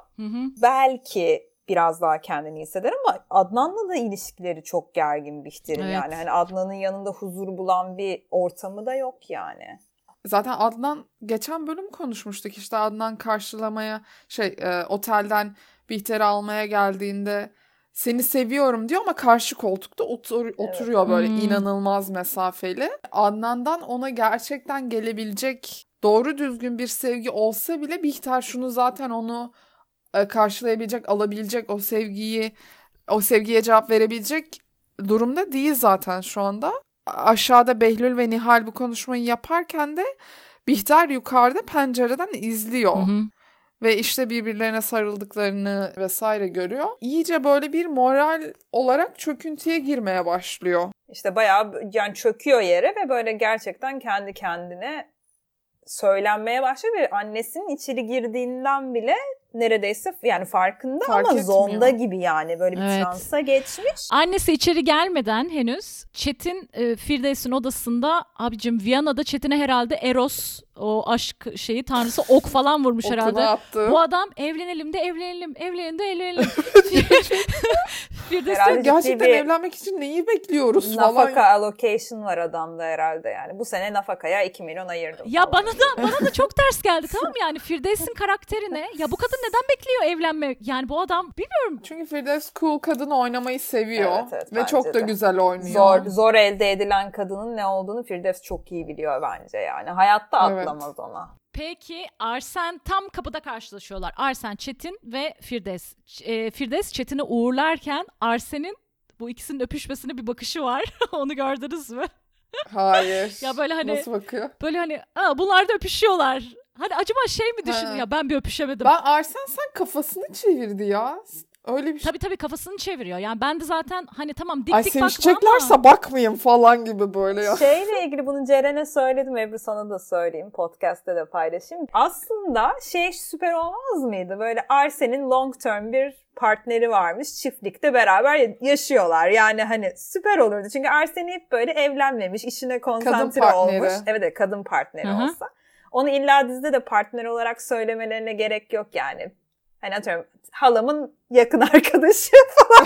belki biraz daha kendini hisseder ama Adnan'la da ilişkileri çok gergin Bihter'in yani. Hani Adnan'ın yanında huzur bulan bir ortamı da yok yani. Zaten Adnan geçen bölüm konuşmuştuk işte Adnan karşılamaya otelden Bihter'i almaya geldiğinde seni seviyorum diyor ama karşı koltukta oturuyor böyle inanılmaz mesafeli. Adnan'dan ona gerçekten gelebilecek doğru düzgün bir sevgi olsa bile Bihter şunu zaten onu karşılayabilecek, alabilecek o sevgiye cevap verebilecek durumda değil zaten şu anda. Aşağıda Behlül ve Nihal bu konuşmayı yaparken de Bihter yukarıda pencereden izliyor. Ve işte birbirlerine sarıldıklarını vesaire görüyor. İyice böyle bir moral olarak çöküntüye girmeye başlıyor. İşte bayağı yani çöküyor yere ve böyle gerçekten kendi kendine söylenmeye başlıyor ve annesinin içeri girdiğinden bile neredeyse yani farkında ama etmiyor. Zonda gibi yani böyle bir transa geçmiş. Annesi içeri gelmeden henüz Çetin Firdevs'in odasında abicim Viyana'da Çetin'e herhalde Eros o aşk tanrısı ok falan vurmuş herhalde. Attı. Bu adam evlenelim de evlenelim Firdevs gerçekten evlenmek için neyi bekliyoruz falan. Nafaka allocation var adamda herhalde yani. Bu sene nafakaya 2 milyon ayırdım. Ya bana da çok ters geldi tamam yani Firdevs'in karakterine ya bu kadın neden bekliyor evlenme? Yani bu adam bilmiyorum. Çünkü Firdevs cool kadın oynamayı seviyor. Evet, ve çok da de güzel oynuyor. Zor elde edilen kadının ne olduğunu Firdevs çok iyi biliyor bence yani. Hayatta atlamaz ona. Peki Arsen tam kapıda karşılaşıyorlar. Arsen, Çetin ve Firdevs. Firdevs Çetin'i uğurlarken Arsen'in bu ikisinin öpüşmesine bir bakışı var. Onu gördünüz mü? Hayır. Ya böyle hani nasıl bakıyor? Böyle hani bunlar da öpüşüyorlar. Hani acaba şey mi düşündü ya, ben bir öpüşemedim. Ben Arsen sen kafasını çevirdi ya. Öyle bir şey. Tabii kafasını çeviriyor. Yani ben de zaten hani tamam dik Ay dik bakma sevişeceklerse ama. bakmayayım falan gibi böyle ya. Şeyle ilgili bunu Ceren'e söyledim, Ebru sana da söyleyeyim, podcast'te de paylaşayım. Aslında süper olmaz mıydı? Böyle Arsen'in long term bir partneri varmış. Çiftlikte beraber yaşıyorlar. Yani hani süper olurdu. Çünkü Arsen hep böyle evlenmemiş, işine konsantre olmuş. Evet, kadın partneri olsa. Onu illa dizide de partner olarak söylemelerine gerek yok yani. Hani atıyorum halamın yakın arkadaşı falan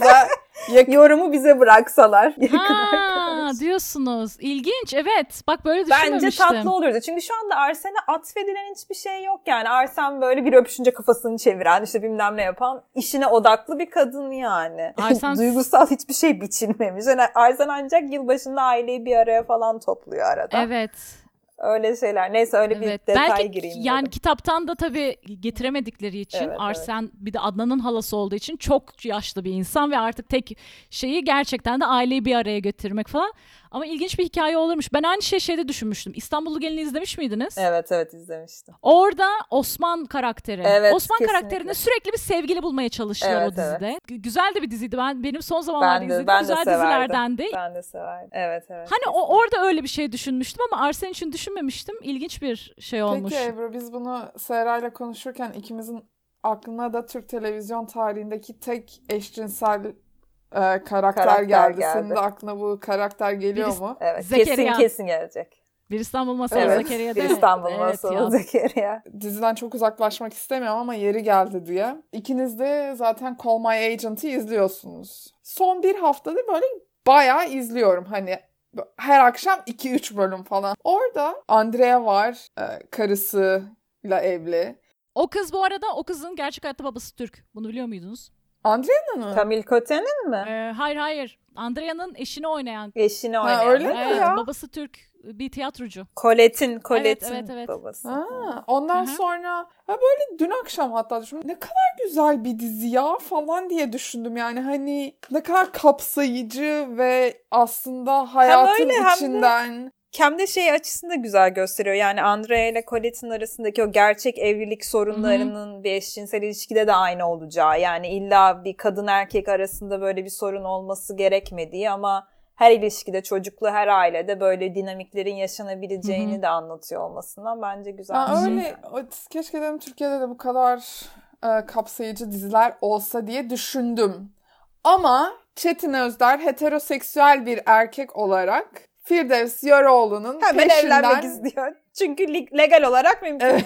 diye yorumu bize bıraksalar. Yakın arkadaş diyorsunuz. İlginç, evet. Bak böyle düşünmemiştim. Bence tatlı olurdu. Çünkü şu anda Arsen'e atfedilen hiçbir şey yok yani. Arsen böyle bir öpüşünce kafasını çeviren, işte bilmem ne yapan, işine odaklı bir kadın yani. Arsen... Duygusal hiçbir şey biçilmemiş. Yani Arsen ancak yılbaşında aileyi bir araya falan topluyor arada. Evet. Öyle şeyler. Neyse öyle bir detay belki gireyim. Yani dedim. Kitaptan da tabii getiremedikleri için Arsen bir de Adnan'ın halası olduğu için çok yaşlı bir insan ve artık tek şeyi gerçekten de aileyi bir araya getirmek falan. Ama ilginç bir hikaye olurmuş. Ben aynı şeyde düşünmüştüm. İstanbullu Gelin'i izlemiş miydiniz? Evet izlemiştim. Orada Osman karakteri. Evet, Osman kesinlikle. Karakterine sürekli bir sevgili bulmaya çalıştılar o dizide. Evet. Güzel de bir diziydi. Benim son zamanlarda izlediğim güzel dizilerdendi. Ben de severdim. Evet. Hani orada öyle bir şey düşünmüştüm ama Arsen için düşünmemiştim. İlginç bir şey olmuş. Peki Ebru, biz bunu Serra'yla konuşurken ikimizin aklına da Türk televizyon tarihindeki tek eşcinsel karakter geldi. Senin de aklına bu karakter geliyor mu? Evet. Zekeriya. Kesin gelecek. Bir İstanbul Masalı Zekeriya değil mi? Bir İstanbul Masalı Zekeriya. Diziden çok uzaklaşmak istemiyorum ama yeri geldi diye. İkiniz de zaten Call My Agent'ı izliyorsunuz. Son bir haftadır böyle bayağı izliyorum. Hani her akşam 2-3 bölüm falan. Orada Andrea var, karısıyla evli. O kız bu arada, o kızın gerçek hayatta babası Türk. Bunu biliyor muydunuz? Andrea'nın mı? Camille Cotin'in mi? Hayır. Andrea'nın eşini oynayan. Eşini oynayan. Öyle mi ya? Babası Türk, bir tiyatrocu. Colette'in Evet. babası. Ondan sonra böyle dün akşam hatta düşündüm. Ne kadar güzel bir dizi ya falan diye düşündüm. Yani hani ne kadar kapsayıcı ve aslında hayatın içinden... Hem de şey açısında güzel gösteriyor. Yani Andrea ile Colette'in arasındaki o gerçek evlilik sorunlarının bir eşcinsel ilişkide de aynı olacağı. Yani illa bir kadın erkek arasında böyle bir sorun olması gerekmediği ama her ilişkide, çocuklu her ailede böyle dinamiklerin yaşanabileceğini de anlatıyor olmasından bence güzel. Öyle. Keşke dedim Türkiye'de de bu kadar kapsayıcı diziler olsa diye düşündüm. Ama Çetin Özder heteroseksüel bir erkek olarak Firdevs Yöreoğlu'nun hemen peşinden... evlenmek istiyor. Çünkü legal olarak mümkün.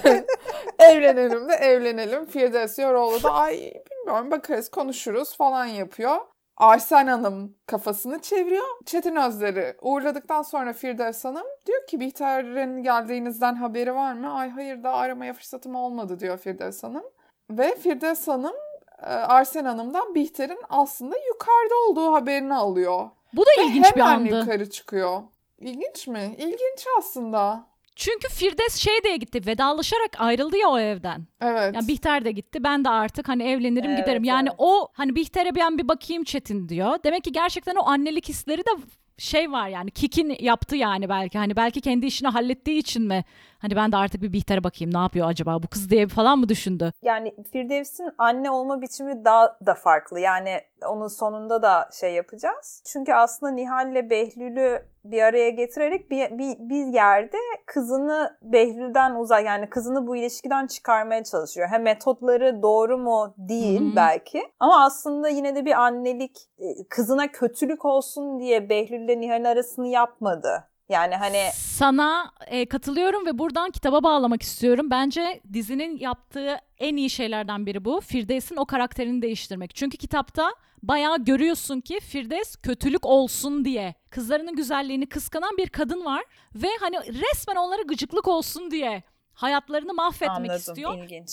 Evlenelim. Firdevs Yöreoğlu da bilmiyorum bakarız konuşuruz falan yapıyor. Arsen Hanım kafasını çeviriyor. Çetin Özder'i uğurladıktan sonra Firdevs Hanım diyor ki Bihter'in geldiğinizden haberi var mı? Hayır daha aramaya fırsatım olmadı diyor Firdevs Hanım. Ve Firdevs Hanım Arsen Hanım'dan Bihter'in aslında yukarıda olduğu haberini alıyor. Bu da ilginç bir andı. Hemen yukarı çıkıyor. İlginç mi? İlginç aslında. Çünkü Firdevs diye gitti. Vedalaşarak ayrıldı ya o evden. Evet. Yani Bihter de gitti. Ben de artık hani evlenirim giderim. Yani o hani Bihter'e ben bir bakayım Çetin diyor. Demek ki gerçekten o annelik hisleri de var yani. Kik'in yaptı yani belki. Hani belki kendi işini hallettiği için mi? Hani ben de artık bir Bihter'e bakayım ne yapıyor acaba bu kız diye falan mı düşündü? Yani Firdevs'in anne olma biçimi daha da farklı. Yani onun sonunda da yapacağız. Çünkü aslında Nihal'le Behlül'ü bir araya getirerek bir yerde kızını Behlül'den uzak, yani kızını bu ilişkiden çıkarmaya çalışıyor. Hem metotları doğru mu değil belki ama aslında yine de bir annelik, kızına kötülük olsun diye Behlül'le Nihal'in arasını yapmadı. Yani hani sana katılıyorum ve buradan kitaba bağlamak istiyorum. Bence dizinin yaptığı en iyi şeylerden biri bu. Firdevs'in o karakterini değiştirmek. Çünkü kitapta bayağı görüyorsun ki Firdevs kötülük olsun diye kızlarının güzelliğini kıskanan bir kadın var ve hani resmen onlara gıcıklık olsun diye hayatlarını mahvetmek istiyor. İlginç.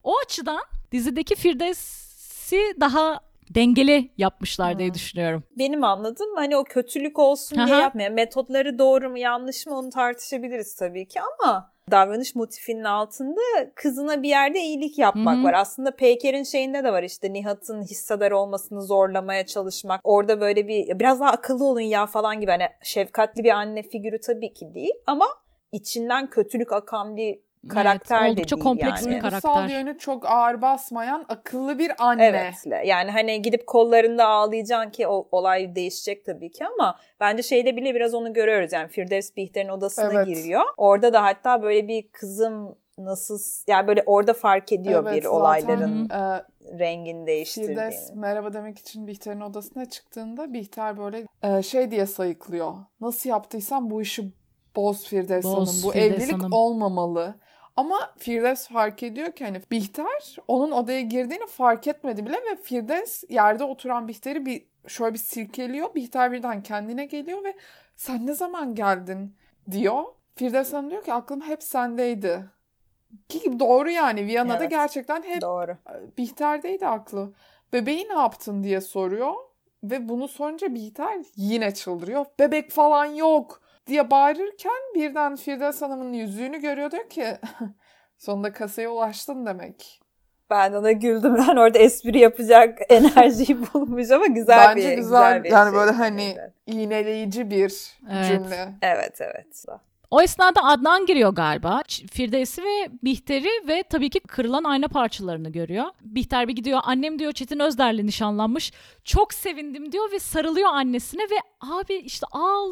O açıdan dizideki Firdevs'i daha dengeli yapmışlar diye düşünüyorum. Benim anladığım hani o kötülük olsun diye yapmıyor. Metotları doğru mu yanlış mı onu tartışabiliriz tabii ki ama davranış motifinin altında kızına bir yerde iyilik yapmak var. Aslında Peyker'in şeyinde de var işte Nihat'ın hissedar olmasını zorlamaya çalışmak. Orada böyle biraz daha akıllı olun ya falan gibi hani şefkatli bir anne figürü tabii ki değil ama içinden kötülük akan bir karakter de değil. Oldukça kompleks bir karakter. Duygusal yönü çok ağır basmayan akıllı bir anne. Evet. Yani hani gidip kollarında ağlayacaksın ki o olay değişecek tabii ki ama bence şeyde bile biraz onu görüyoruz. Yani Firdevs Bihter'in odasına giriyor. Orada da hatta böyle bir kızım nasıl yani böyle orada fark ediyor bir olayların rengini değiştirdiğini. Firdevs merhaba demek için Bihter'in odasına çıktığında Bihter böyle şey diye sayıklıyor. Nasıl yaptıysan bu işi boz Firdevs Hanım. Bu evlilik olmamalı. Ama Firdevs fark ediyor ki hani Bihter onun odaya girdiğini fark etmedi bile ve Firdevs yerde oturan Bihter'i şöyle bir silkeliyor. Bihter birden kendine geliyor ve sen ne zaman geldin diyor. Firdevs Hanım diyor ki aklım hep sendeydi. Ki doğru yani Viyana'da gerçekten hep doğru. Bihter'deydi aklı. Bebeği ne yaptın diye soruyor ve bunu sorunca Bihter yine çıldırıyor. Bebek falan yok diye bağırırken birden Firdevs Hanım'ın yüzüğünü görüyor diyor ki sonunda kasaya ulaştın demek. Ben ona güldüm. Ben orada espri yapacak enerjiyi bulmuş ama Bence güzel bir yani şey. Böyle hani iğneleyici bir cümle. Evet. O esnada Adnan giriyor galiba. Firdevs'i ve Bihter'i ve tabii ki kırılan ayna parçalarını görüyor. Bihter bir gidiyor. Annem diyor Çetin Özder'le nişanlanmış. Çok sevindim diyor ve sarılıyor annesine ve abi işte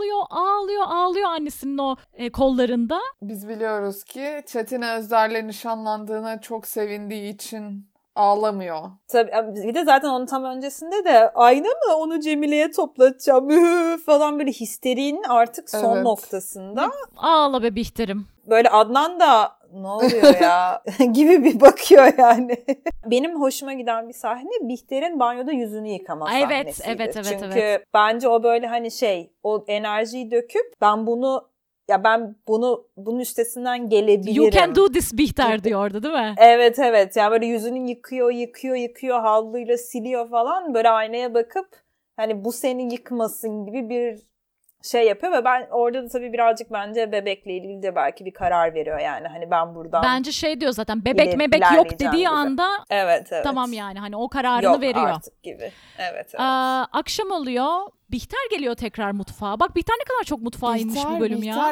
ağlıyor annesinin o kollarında. Biz biliyoruz ki Çetin Özder'le nişanlandığına çok sevindiği için ağlamıyor. Tabii bir de zaten onun tam öncesinde de ayna mı onu Cemile'ye toplatacağım falan böyle histeriğin artık son noktasında. Ağla be Bihter'im. Böyle Adnan da ne oluyor ya gibi bir bakıyor yani. Benim hoşuma giden bir sahne Bihter'in banyoda yüzünü yıkama sahnesiydi. Evet. Çünkü bence o böyle hani o enerjiyi döküp ben bunun üstesinden gelebilirim. You can do this Bihter diyor orada değil mi? Evet. Yani böyle yüzünü yıkıyor havluyla siliyor falan. Böyle aynaya bakıp hani bu seni yıkmasın gibi bir şey yapıyor ve ben orada da tabii birazcık bence bebekle ilgili de belki bir karar veriyor yani hani ben buradan bence diyor zaten bebek yok dediği gibi anda evet. Tamam yani hani o kararını veriyor. Yok artık gibi. Evet. Akşam oluyor. Bihter geliyor tekrar mutfağa. Bak Bihter ne kadar çok mutfağa inmiş bu bölüm ya.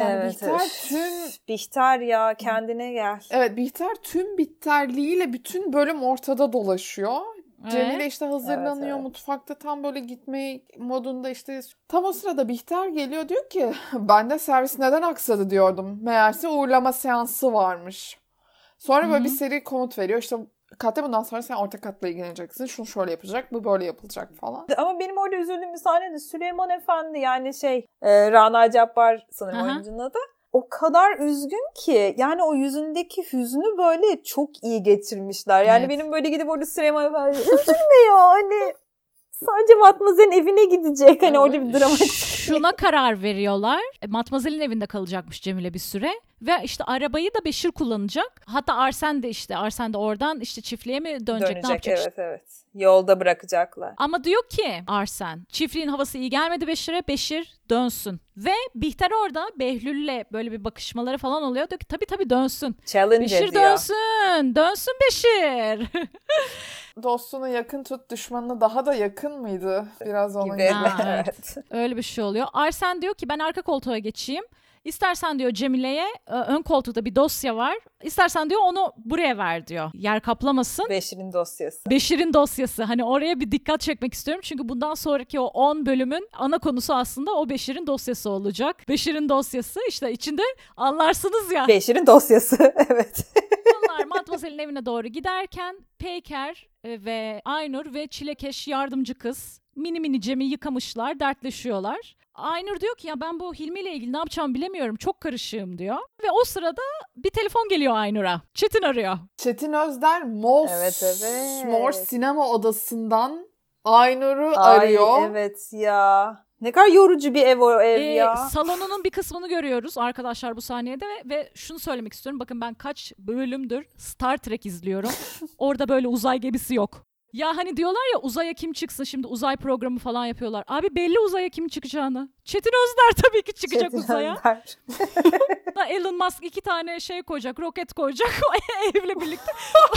Bihter ya kendine gel. Evet Bihter tüm Bihterliğiyle bütün bölüm ortada dolaşıyor. Cemile işte hazırlanıyor mutfakta tam böyle gitmeye modunda işte tam o sırada Bihter geliyor diyor ki ben de servis neden aksadı diyordum. Meğerse uğurlama seansı varmış. Sonra böyle bir seri komut veriyor işte katta bundan sonra sen orta katla ilgileneceksin. Şunu şöyle yapacak bu böyle yapılacak falan. Ama benim orada üzüldüğüm bir sahne de Süleyman Efendi yani Rana Cabbar sanırım oyuncunun adı. O kadar üzgün ki yani o yüzündeki hüznü böyle çok iyi getirmişler. Yani benim böyle gidip orada Süleyman üzülme ya hani sadece Matmazel'in evine gidecek. Hani orada bir dramatik. Şuna karar veriyorlar. Matmazel'in evinde kalacakmış Cemile bir süre. Ve işte arabayı da Beşir kullanacak. Hatta Arsen de oradan işte çiftliğe mi dönecek ne yapacak? Evet. Yolda bırakacaklar. Ama diyor ki Arsen çiftliğin havası iyi gelmedi Beşir'e. Beşir dönsün. Ve Bihter orada Behlül'le böyle bir bakışmaları falan oluyor. Diyor ki tabii dönsün. Challenge Beşir ediyor. Dönsün Beşir. Dostunu yakın tut, düşmanına daha da yakın mıydı? Biraz onun gibi. Evet. Öyle bir şey oluyor. Arsen diyor ki ben arka koltuğa geçeyim. İstersen diyor Cemile'ye ön koltukta bir dosya var. İstersen diyor onu buraya ver diyor. Yer kaplamasın. Beşir'in dosyası. Hani oraya bir dikkat çekmek istiyorum. Çünkü bundan sonraki o 10 bölümün ana konusu aslında o Beşir'in dosyası olacak. Beşir'in dosyası işte içinde anlarsınız ya. Beşir'in dosyası evet. Onlar Matmazel'in evine doğru giderken Peyker ve Aynur ve Çilekeş yardımcı kız mini Cem'i yıkamışlar, dertleşiyorlar. Aynur diyor ki ya ben bu Hilmi ile ilgili ne yapacağımı bilemiyorum. Çok karışığım diyor. Ve o sırada bir telefon geliyor Aynur'a. Çetin arıyor. Çetin Özder Mor sinema odasından Aynur'u arıyor. Evet ya. Ne kadar yorucu bir ev o ev ya. Salonunun bir kısmını görüyoruz arkadaşlar bu saniyede ve şunu söylemek istiyorum. Bakın ben kaç bölümdür Star Trek izliyorum. Orada böyle uzay gemisi yok. Ya hani diyorlar ya uzaya kim çıksın, şimdi uzay programı falan yapıyorlar. Abi belli uzaya kim çıkacağını. Çetin Özder tabii ki çıkacak Çetin uzaya. Özder. Elon Musk 2 tane şey koyacak, roket koyacak o evle birlikte.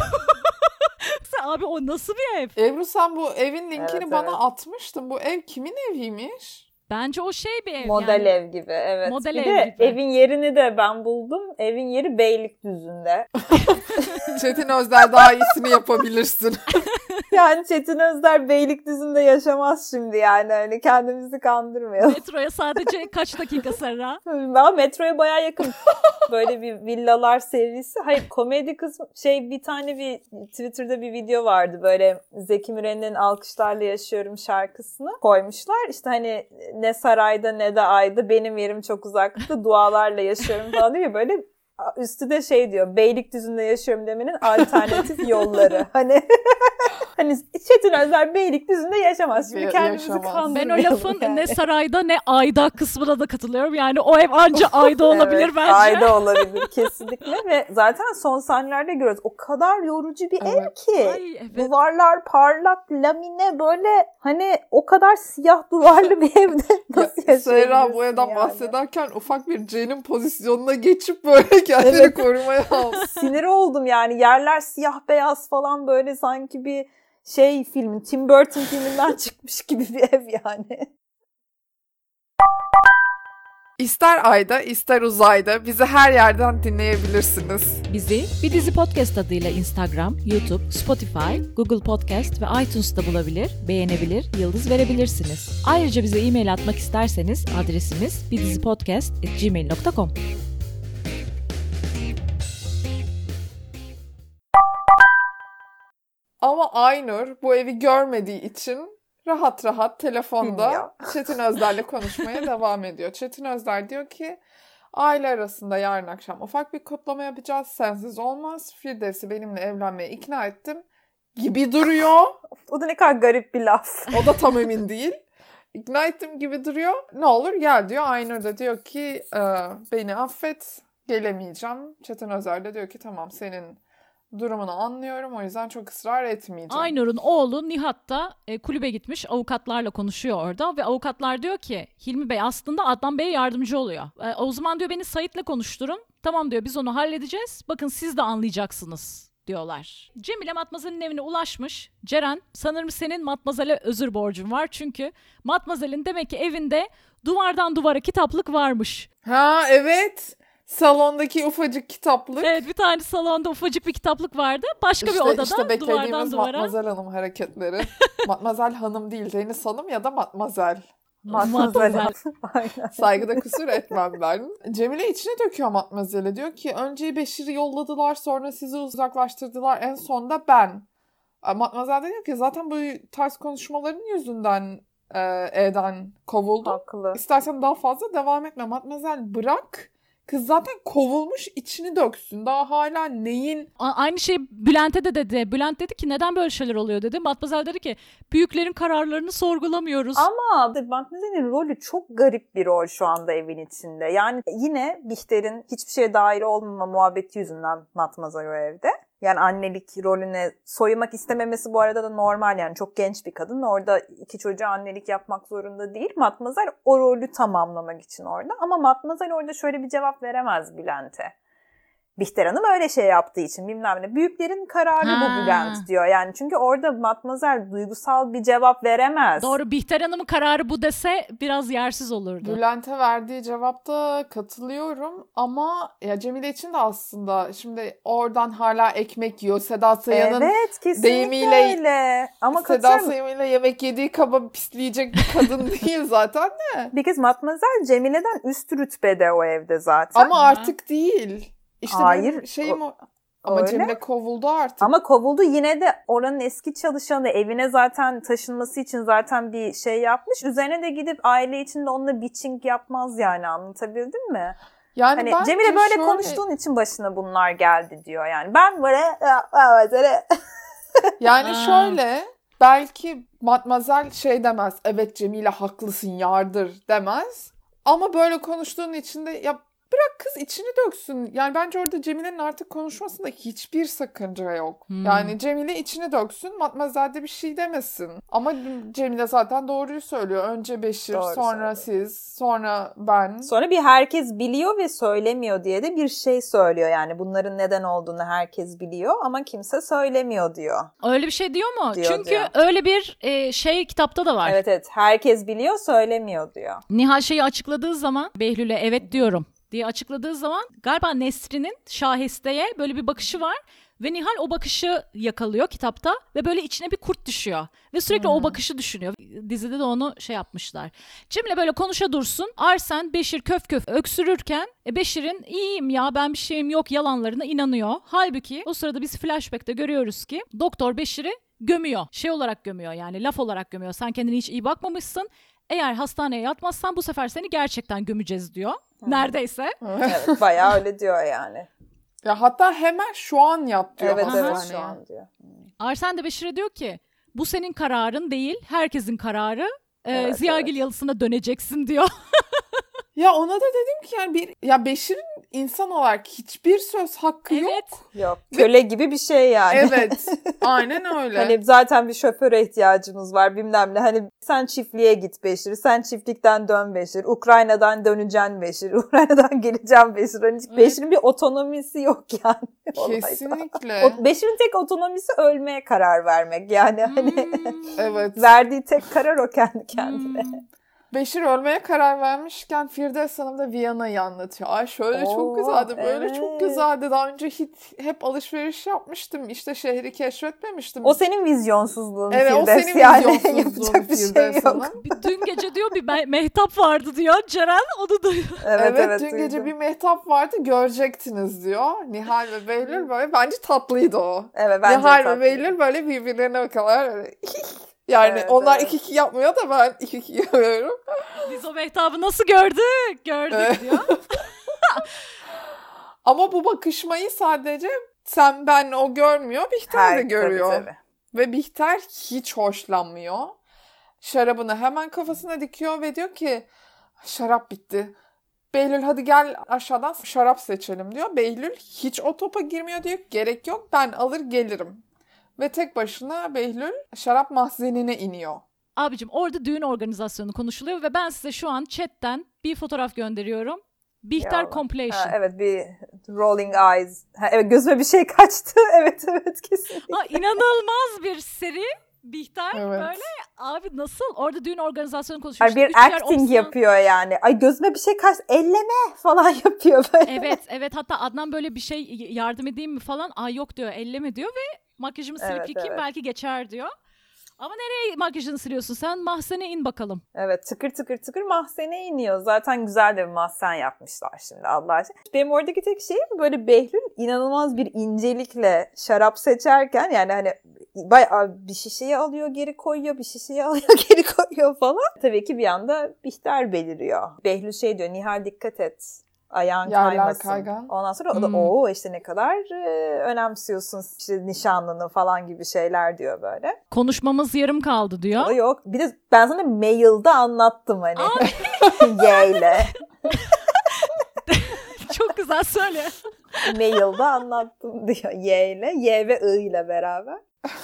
Abi o nasıl bir ev? Ebru sen bu evin linkini Evet, bana evet. atmıştın. Bu ev kimin eviymiş? Bence o şey bir ev Model yani. ev gibi, evet. Model bir ev de gibi. evin yerini de ben buldum. Evin yeri Beylikdüzü'nde. Çetin Özder daha iyisini yapabilirsin. Yani Çetin Özder Beylikdüzü'nde yaşamaz şimdi yani. Öyle kendimizi kandırmayalım. Metroya sadece kaç dakika Serra? Ben metroya bayağı yakın. Böyle bir villalar serisi. Hayır, komedi kısmı bir tane bir Twitter'da bir video vardı. Böyle Zeki Müren'in Alkışlarla Yaşıyorum şarkısını koymuşlar. İşte hani ne sarayda ne de ayda benim yerim çok uzakta dualarla yaşıyorum falan diyor. Böyle üstü de diyor. Beylikdüzü'nde yaşıyorum demenin alternatif yolları. Hani Çetin Özder Beylikdüzü'nde yaşamaz. Şimdi kendimizi Yaşamaz. Ben kandırmayalım. o lafın yani. ne sarayda ne ayda kısmına da katılıyorum. Yani o ev anca ayda olabilir Evet, bence. ayda olabilir kesinlikle ve zaten son sahnelerde görüyoruz. O kadar yorucu bir ev Evet. ki. Ay, evet. Duvarlar parlak, lamine böyle hani o kadar siyah duvarlı bir evde nasıl yaşayabilirsin Serra bu evden yani? bahsederken ufak bir Cen'in pozisyonuna geçip böyle kendini Evet. korumaya al. Sinir oldum yani. Yerler siyah beyaz falan böyle sanki bir filmin, Tim Burton filminden çıkmış gibi bir ev yani. İster ayda ister uzayda bizi her yerden dinleyebilirsiniz. Bizi Bir Dizi Podcast adıyla Instagram, YouTube, Spotify, Google Podcast ve iTunes'ta bulabilir, beğenebilir, yıldız verebilirsiniz. Ayrıca bize e-mail atmak isterseniz adresimiz birdizipodcast@gmail.com. Ama Aynur bu evi görmediği için rahat rahat telefonda Bilmiyor. Çetin Özder'le konuşmaya devam ediyor. Çetin Özder diyor ki aile arasında yarın akşam ufak bir kutlama yapacağız. Sensiz olmaz. Firdevs'i benimle evlenmeye ikna ettim gibi duruyor. O da ne kadar garip bir laf. O da tam emin değil. İkna ettim gibi duruyor. Ne olur gel diyor. Aynur da diyor ki beni affet. Gelemeyeceğim. Çetin Özder de diyor ki tamam senin durumunu anlıyorum. O yüzden çok ısrar etmeyeceğim. Aynur'un oğlu Nihat da kulübe gitmiş, avukatlarla konuşuyor orada ve avukatlar diyor ki Hilmi Bey aslında Adnan Bey'e yardımcı oluyor. O zaman diyor beni Sait'le konuşturun. Tamam diyor biz onu halledeceğiz. Bakın siz de anlayacaksınız diyorlar. Cemile Matmazel'in evine ulaşmış. Ceren sanırım senin Matmazel'e özür borcun var. Çünkü Matmazel'in demek ki evinde duvardan duvara kitaplık varmış. Ha evet. Salondaki ufacık kitaplık. Evet bir tane salonda ufacık bir kitaplık vardı. Başka bir odada İşte duvardan beklediğimiz duvara. Matmazel Hanım hareketleri. Matmazel Hanım değil Deniz Hanım ya da Matmazel. Matmazel. Aynen. Saygıda kusur etmem ben. Cemile içine döküyor Matmazel'e. Diyor ki önce Beşir'i yolladılar sonra sizi uzaklaştırdılar en sonda ben. Matmazel de diyor ki zaten bu tarz konuşmaların yüzünden evden kovuldum. Haklı. İstersen daha fazla devam etme Matmazel bırak. Kız zaten kovulmuş içini döksün. Daha hala neyin... Aynı şey Bülent'e de dedi. Bülent dedi ki neden böyle şeyler oluyor dedi. Matmazel dedi ki büyüklerin kararlarını sorgulamıyoruz. Ama Matmazel'in rolü çok garip bir rol şu anda evin içinde. Yani yine Bihter'in hiçbir şeye dair olmama muhabbeti yüzünden Matmazel o evde. Yani annelik rolüne soyunmak istememesi bu arada da normal yani çok genç bir kadın. Orada 2 çocuğa annelik yapmak zorunda değil. Matmazel o rolü tamamlamak için orada. Ama Matmazel orada şöyle bir cevap veremez Bülent'e. Bihter Hanım öyle şey yaptığı için bilmem ne. Büyüklerin kararı bu Bülent diyor. Yani çünkü orada Matmazel duygusal bir cevap veremez. Doğru Bihter Hanım'ın kararı bu dese biraz yersiz olurdu. Bülent'e verdiği cevapta katılıyorum ama ya Cemile için de aslında şimdi oradan hala ekmek yiyor. Seda Sayan'ın evet, kesinlikle deyimiyle öyle. Ama Seda Sayan'la yemek yediği kaba pisleyecek bir kadın değil zaten de. Because Matmazel Cemile'den üst rütbede o evde zaten. Ama artık değil. İşte Hayır, benim şeyim o. Ama öyle. Cemile kovuldu artık. Ama kovuldu yine de oranın eski çalışanı evine zaten taşınması için zaten bir şey yapmış. Üzerine de gidip aile içinde onunla bitching yapmaz yani anlatabildim mi? Yani Hani bence Cemile böyle şöyle... konuştuğun için başına bunlar geldi diyor yani. Ben böyle Yani şöyle belki Matmazel şey demez. Evet Cemile haklısın yardır demez. Ama böyle konuştuğun içinde ya bırak kız içini döksün. Yani bence orada Cemile'nin artık konuşmasında hiçbir sakınca yok. Yani Cemile içini döksün, Matmazel de bir şey demesin. Ama Cemile zaten doğruyu söylüyor. Önce Beşir, Doğru sonra söylüyor. siz, sonra ben. Sonra bir herkes biliyor ve söylemiyor diye de bir şey söylüyor. Yani bunların neden olduğunu herkes biliyor ama kimse söylemiyor diyor. Öyle bir şey diyor mu? Diyor, Çünkü diyor. öyle bir şey kitapta da var. Evet herkes biliyor söylemiyor diyor. Nihal şeyi açıkladığı zaman Behlül'e evet diyorum diye açıkladığı zaman galiba Nesrin'in Şaheste'ye böyle bir bakışı var. Ve Nihal o bakışı yakalıyor kitapta ve böyle içine bir kurt düşüyor. Ve sürekli o bakışı düşünüyor. Dizide de onu şey yapmışlar. Cemile böyle konuşa dursun. Arsen, Beşir köf köf öksürürken Beşir'in iyiyim ya ben bir şeyim yok yalanlarına inanıyor. Halbuki o sırada biz flashback'te görüyoruz ki Doktor Beşir'i gömüyor. Şey olarak gömüyor yani laf olarak gömüyor. Sen kendine hiç iyi bakmamışsın. Eğer hastaneye yatmazsan bu sefer seni gerçekten gömeceğiz diyor. Neredeyse. Evet bayağı öyle diyor yani. Ya hatta hemen şu an yat diyor. Evet hastaneye. şu an diyor. Arsen de Beşir'e diyor ki bu senin kararın değil herkesin kararı. Evet, Ziyagil yalısına döneceksin diyor. Ya ona da dedim ki yani ya Beşir'in insan olarak hiçbir söz hakkı yok. Yok köle gibi bir şey yani. Evet. Aynen öyle. Hani zaten bir şoföre ihtiyacımız var bilmem ne. Hani sen çiftliğe git Beşir. Sen çiftlikten dön Beşir. Ukrayna'dan döneceksin Beşir. Ukrayna'dan geleceğim Beşir. Hani Beşir'in bir otonomisi yok yani. Kesinlikle. Beşir'in tek otonomisi ölmeye karar vermek. Yani hani Evet. verdiği tek karar o kendi kendine. Beşir ölmeye karar vermişken Firdevs Hanım da Viyana'yı anlatıyor. Ay şöyle çok güzeldi, böyle çok güzeldi. Daha önce hep alışveriş yapmıştım. İşte şehri keşfetmemiştim. O senin vizyonsuzluğun evet, Firdevs. o senin yani. vizyonsuzluğun Yapacak bir şey Firdevs yok. Hanım. Dün gece diyor bir mehtap vardı diyor. Ceren onu duyuyor. Evet, dün duydum. gece bir mehtap vardı görecektiniz diyor. Nihal ve Behlül böyle bence tatlıydı o. Evet bence Nihal tatlı. ve Behlül böyle birbirlerine bakıyorlar. Böyle yani Evet, onlar evet. 2-2 yapmıyor da ben 2-2 yapıyorum. Biz o mehtabı nasıl gördük? Gördük Evet. diyor. Ama bu bakışmayı sadece sen ben o görmüyor, Bihter de görüyor. Tabii. Ve Bihter hiç hoşlanmıyor. Şarabını hemen kafasına dikiyor ve diyor ki şarap bitti. Behlül hadi gel aşağıdan şarap seçelim diyor. Behlül hiç o topa girmiyor diyor. Gerek yok ben alır gelirim. Ve tek başına Behlül şarap mahzenine iniyor. Abicim orada düğün organizasyonu konuşuluyor ve ben size şu an chatten bir fotoğraf gönderiyorum. Bihter Ya, compilation. evet bir rolling eyes. Evet gözüme bir şey kaçtı. evet kesinlikle. İnanılmaz bir seri. Bihter Evet. böyle abi nasıl orada düğün organizasyonu konuşuyor. Ay, bir İşte üçer acting opsiyon- yapıyor yani. Ay gözüme bir şey kaçtı. Elleme falan yapıyor böyle. Evet hatta Adnan böyle bir şey yardım edeyim mi falan. Ay yok diyor elleme diyor ve makyajımı silip Evet, yıkayayım evet. belki geçer diyor. Ama nereye makyajını siliyorsun sen? Mahzene in bakalım. Evet tıkır tıkır mahzene iniyor. Zaten güzel de bir mahzen yapmışlar şimdi Allah aşkına. Benim oradaki tek şeyim böyle Behlül inanılmaz bir incelikle şarap seçerken yani hani bayağı bir şişeyi alıyor geri koyuyor, bir şişeyi alıyor geri koyuyor falan. Tabii ki bir anda Bihter beliriyor. Behlül şey diyor Nihal dikkat et. Ayağın Yerler kaymasın. kaygan. Ondan sonra o da işte ne kadar önemsiyorsun işte nişanlını falan gibi şeyler diyor böyle. Konuşmamız yarım kaldı diyor. O da yok. Bir de ben sana mail'da anlattım hani. Y ile. Çok güzel söyle. Mail'da anlattım diyor Y ile. Y ve I ile beraber.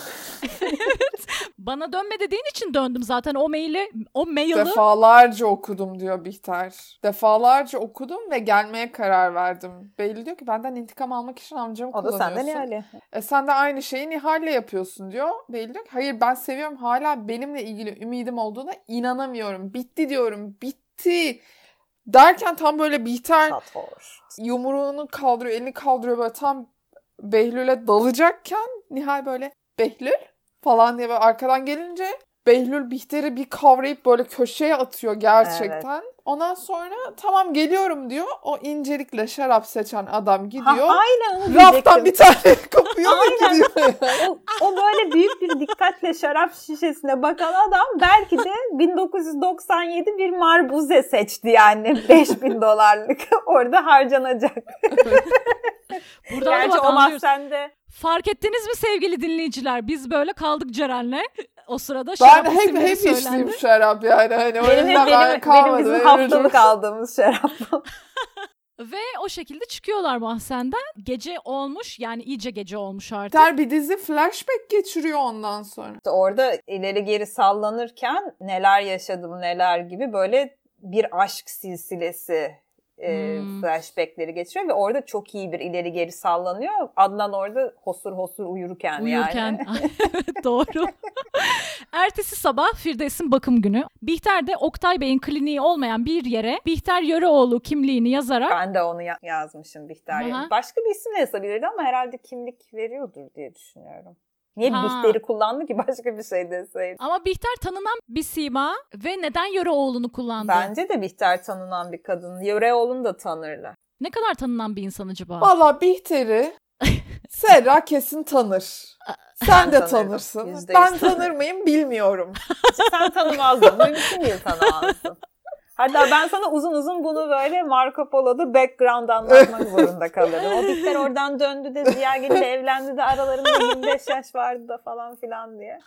Bana dönme dediğin için döndüm zaten o maili. Defalarca okudum diyor Bihter. Defalarca okudum ve gelmeye karar verdim. Behlül diyor ki benden intikam almak için amcamı O da kullanıyorsun. senden Nihal'e. Sen de aynı şeyi Nihal'le yapıyorsun diyor. Behlül diyor ki hayır ben seviyorum hala benimle ilgili ümidim olduğuna inanamıyorum. Bitti diyorum bitti. Derken tam böyle Bihter yumruğunu kaldırıyor, elini kaldırıyor böyle tam Behlül'e dalacakken Nihal böyle Behlül falan diye böyle arkadan gelince Behlül Bihter'i bir kavrayıp böyle köşeye atıyor gerçekten. Evet. Ondan sonra tamam geliyorum diyor. O incelikle şarap seçen adam gidiyor. Aynen onu raftan bir tane kapıyor ve gidiyor. o böyle büyük bir dikkatle şarap şişesine bakan adam belki de 1997 bir marbuze seçti yani $5,000 orada harcanacak. Buradan gerçi da bak o anlıyorsun. mahzende Fark ettiniz mi sevgili dinleyiciler? Biz böyle kaldık Ceren'le. O sırada Ben şarap hep isimleri içtiğim söylendi. şarap yani. Hani o Benim yüzden ben kalmadım. bizim Benim haftalık aldığımız şarap. Ve o şekilde çıkıyorlar mahzenden. Gece olmuş, yani iyice gece olmuş artık. Bihter bir dizi flashback geçiriyor ondan sonra. İşte orada ileri geri sallanırken neler yaşadım neler gibi böyle bir aşk silsilesi flashbackleri geçiriyor ve orada çok iyi bir ileri geri sallanıyor. Adnan orada hosur hosur uyurken yani. Doğru. Ertesi sabah Firdevs'in bakım günü. Bihter de Oktay Bey'in kliniği olmayan bir yere Bihter Yöreoğlu kimliğini yazarak... Ben de onu yazmışım Bihter. Başka bir isimle yazabilirdi ama herhalde kimlik veriyordur diye düşünüyorum. Niye Bihter'i kullandı ki, başka bir şey deseydi? Ama Bihter tanınan bir sima ve neden Yöreoğlu'nu kullandı? Bence de Bihter tanınan bir kadın. Yöreoğlu'nu da tanırlar. Ne kadar tanınan bir insan acaba? Valla Bihter'i Serra kesin tanır. Sen de tanırsın. Ben tanır mıyım bilmiyorum. Sen tanımazdın. Mümkün değil tanımazsın. Hatta ben sana uzun uzun bunu böyle Marco Polo'da background anlatmak zorunda kalırım. O Bihter oradan döndü de Ziya Gelir'le evlendi de aralarında 25 yaş vardı da falan filan diye.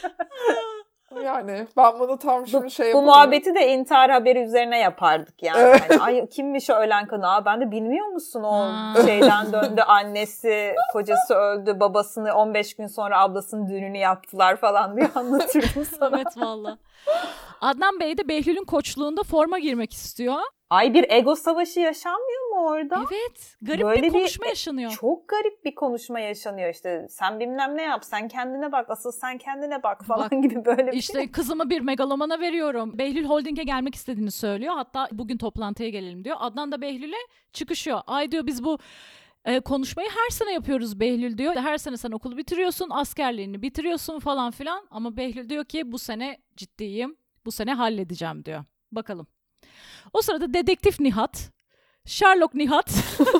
Yani ben bunu tam şimdi Bu muhabbeti de intihar haberi üzerine yapardık yani. Evet. Hani, ay kimmiş o ölen kadın? Aa, ben de bilmiyor musun o şeyden döndü, annesi, kocası öldü, babasını 15 gün sonra ablasının düğününü yaptılar falan diye anlatırdım sana. Evet valla. Adnan Bey de Behlül'ün koçluğunda forma girmek istiyor. Ay bir ego savaşı yaşanmıyor mu orada? Evet. Garip Böyle bir konuşma yaşanıyor. Çok garip bir konuşma yaşanıyor işte. Sen bilmem ne yap, sen kendine bak, asıl sen kendine bak falan gibi böyle bir İşte kızımı bir megalomana veriyorum. Behlül Holding'e gelmek istediğini söylüyor. Hatta bugün toplantıya gelelim diyor. Adnan da Behlül'e çıkışıyor. Ay diyor biz bu konuşmayı her sene yapıyoruz Behlül diyor. Her sene sen okulu bitiriyorsun, askerliğini bitiriyorsun falan filan. Ama Behlül diyor ki bu sene ciddiyim. Bu sene halledeceğim diyor. Bakalım. O sırada dedektif Nihat, Sherlock Nihat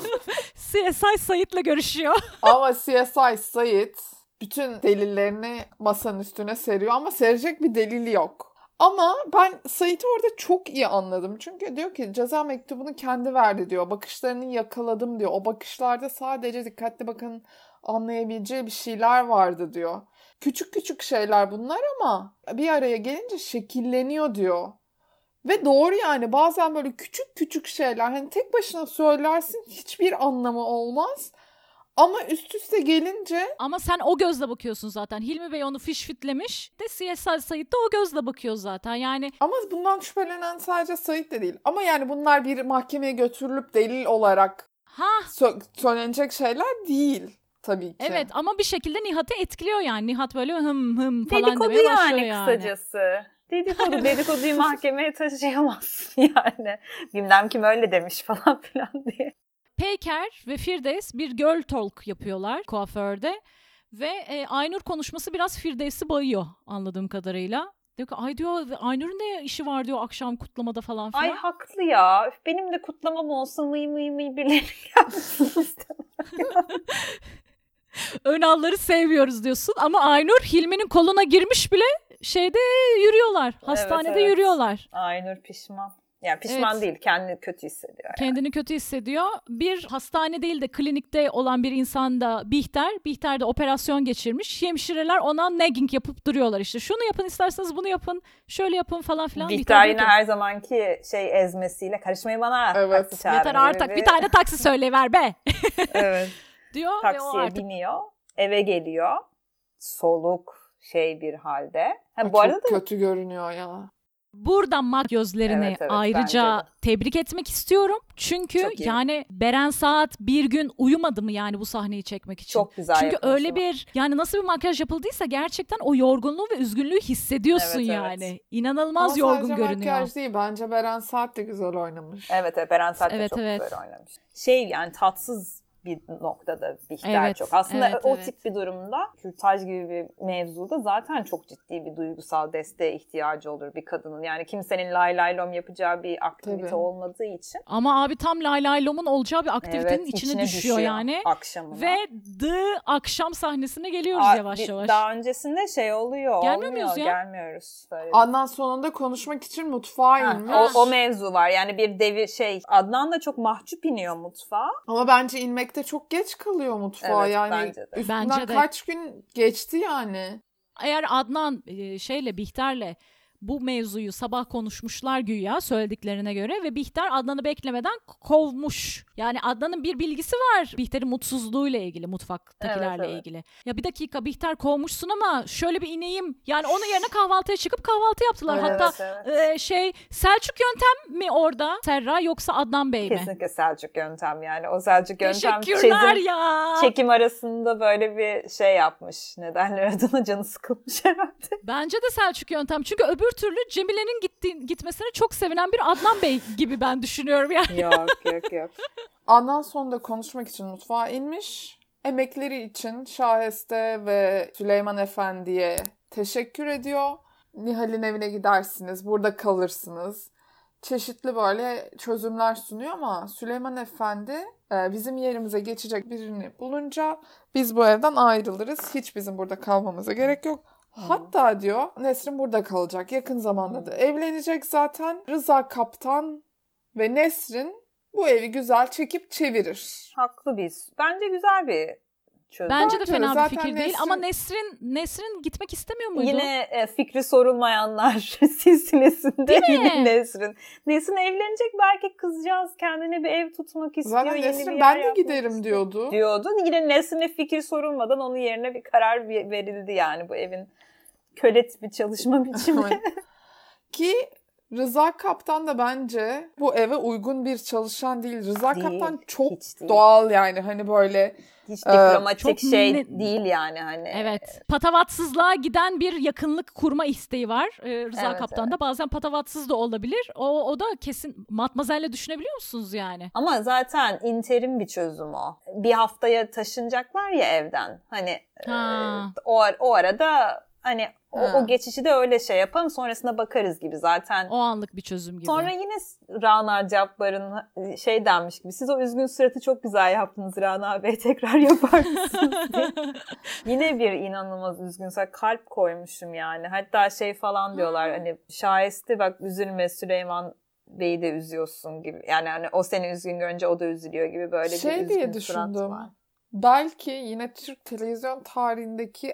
CSI Sait'le görüşüyor. Ama CSI Sait bütün delillerini masanın üstüne seriyor ama serecek bir delili yok. Ama ben Sait'i orada çok iyi anladım. Çünkü diyor ki ceza mektubunu kendi verdi diyor. Bakışlarını yakaladım diyor. O bakışlarda sadece dikkatli bakın anlayabileceği bir şeyler vardı diyor. Küçük küçük şeyler bunlar ama bir araya gelince şekilleniyor diyor. Ve doğru yani bazen böyle küçük küçük şeyler hani tek başına söylersin hiçbir anlamı olmaz. Ama üst üste gelince... Ama sen o gözle bakıyorsun zaten. Hilmi Bey onu fişfitlemiş de CSI Sait de o gözle bakıyor zaten yani. Ama bundan şüphelenen sadece Sait de değil. Ama yani bunlar bir mahkemeye götürülüp delil olarak söylenecek şeyler değil tabii ki. Evet ama bir şekilde Nihat'ı etkiliyor yani. Nihat böyle hım hım falan dedikodu demeye başlıyor yani. Kısacası. Dedikoduyu mahkemeye taşıyamazsın yani. Bilmem kim öyle demiş falan filan diye. Peyker ve Firdevs bir girl talk yapıyorlar kuaförde. Ve Aynur konuşması biraz Firdevs'i bayıyor anladığım kadarıyla. Diyor ki ay diyor Aynur'un ne işi var diyor akşam kutlamada falan filan. Ay haklı ya. Benim de kutlamam olsa mıy birileri gelsin istemem. Önalları sevmiyoruz diyorsun ama Aynur Hilmi'nin koluna girmiş bile şeyde yürüyorlar. Hastanede yürüyorlar. Aynur pişman. Yani pişman değil, kendini kötü hissediyor. Yani. Kendini kötü hissediyor. Bir hastane değil de klinikte olan bir insan da Bihter de operasyon geçirmiş. Hemşireler ona nagging yapıp duruyorlar işte. Şunu yapın isterseniz bunu yapın, şöyle yapın falan filan. Bihter yine her zamanki ezmesiyle karışmayın bana. Evet. Yeter artık bir tane taksi söyleyiver be. Evet. Diyor Taksiye ve o biniyor, eve geliyor. Soluk bir halde. Bu arada çok kötü görünüyor ya. Buradan mak gözlerini ayrıca tebrik etmek istiyorum. Çünkü yani Beren Saat bir gün uyumadı mı yani bu sahneyi çekmek için? Çok güzel çünkü öyle bir yani nasıl bir makyaj yapıldıysa gerçekten o yorgunluğu ve üzgünlüğü hissediyorsun yani. Evet. İnanılmaz ama yorgun görünüyor. Ama sadece makyaj değil. Bence Beren Saat de güzel oynamış. Evet Beren Saat de çok güzel oynamış. Yani tatsız bir noktada Bihter çok. Aslında o tip bir durumda kürtaj gibi bir mevzuda zaten çok ciddi bir duygusal desteğe ihtiyacı olur bir kadının. Yani kimsenin lay lay lom yapacağı bir aktivite olmadığı için. Ama abi tam lay lay lom'un olacağı bir aktivitenin içine düşüyor yani. Akşamına. Ve akşam sahnesine geliyoruz yavaş yavaş. Daha öncesinde oluyor. Gelmiyor muyuz ya? Gelmiyoruz. Adnan sonunda konuşmak için mutfağa inmiş. O mevzu var. Yani bir devir Adnan da çok mahcup iniyor mutfağa. Ama bence inmekten de çok geç kalıyor mutfağa Evet, yani. bence de. Üstünden Bence de. kaç gün geçti yani. Eğer Adnan Bihter'le bu mevzuyu sabah konuşmuşlar güya söylediklerine göre ve Bihter Adnan'ı beklemeden kovmuş. Yani Adnan'ın bir bilgisi var Bihter'in mutsuzluğuyla ilgili, mutfaktakilerle Evet. ilgili. Ya bir dakika Bihter kovmuşsun ama şöyle bir ineyim. Yani onun yerine kahvaltıya çıkıp kahvaltı yaptılar. Evet. Hatta Evet. Selçuk yöntem mi orada Serra yoksa Adnan Bey mi? Kesinlikle Selçuk yöntem yani. O Selçuk yöntem Teşekkürler ya. çekim arasında böyle bir şey yapmış. Ne derler adına, canı sıkılmış herhalde. Bence de Selçuk yöntem. Çünkü öbür türlü Cemile'nin gitmesine çok sevinen bir Adnan Bey gibi ben düşünüyorum yani. Yok. Adnan sonunda konuşmak için mutfağa inmiş. Emekleri için Şahiste ve Süleyman Efendi'ye teşekkür ediyor. Nihal'in evine gidersiniz, burada kalırsınız. Çeşitli böyle çözümler sunuyor ama Süleyman Efendi bizim yerimize geçecek birini bulunca biz bu evden ayrılırız. Hiç bizim burada kalmamıza gerek yok. Hatta diyor Nesrin burada kalacak. Yakın zamanda da evlenecek zaten. Rıza Kaptan ve Nesrin bu evi güzel çekip çevirir. Haklı biz. Bence güzel bir çözüm. Bence de Bence fena bir zaten fikir değil Nesrin- ama Nesrin gitmek istemiyor muydu? Yine fikri sorulmayanlar silsilesinde Değil mi? yine Nesrin. Nesrin evlenecek, belki kızcağız kendine bir ev tutmak istiyor. Zaten yeni bir Nesrin yer ben de yapmak giderim istiyor diyordu. diyordu. Yine Nesrin'e fikir sorulmadan onun yerine bir karar verildi yani bu evin kölet bir çalışma biçimi. Ki Rıza Kaptan da bence bu eve uygun bir çalışan değil. Rıza Değil, Kaptan çok hiç değil. doğal yani hani böyle Hiç diplomatik çok değil yani hani. Evet. Patavatsızlığa giden bir yakınlık kurma isteği var. Rıza Evet, Kaptan'da bazen patavatsız da olabilir. O da kesin Matmazel'le düşünebiliyor musunuz yani? Ama zaten interim bir çözüm o. Bir haftaya taşınacaklar ya evden. Hani Ha. o arada hani Ha. o geçişi de öyle şey yapalım, sonrasına bakarız gibi zaten. O anlık bir çözüm gibi. Sonra yine Rana Cabbar'ın şey denmiş gibi, siz o üzgün suratı çok güzel yaptınız Rana Bey, tekrar yapar mısınız diye. Yine bir inanılmaz üzgün surat, kalp koymuşum yani. Hatta şey falan diyorlar hani Şahiste bak üzülme Süleyman Bey'i de üzüyorsun gibi. Yani hani o seni üzgün görünce o da üzülüyor gibi böyle bir şey üzgün diye surat düşündüm. var. Belki yine Türk televizyon tarihindeki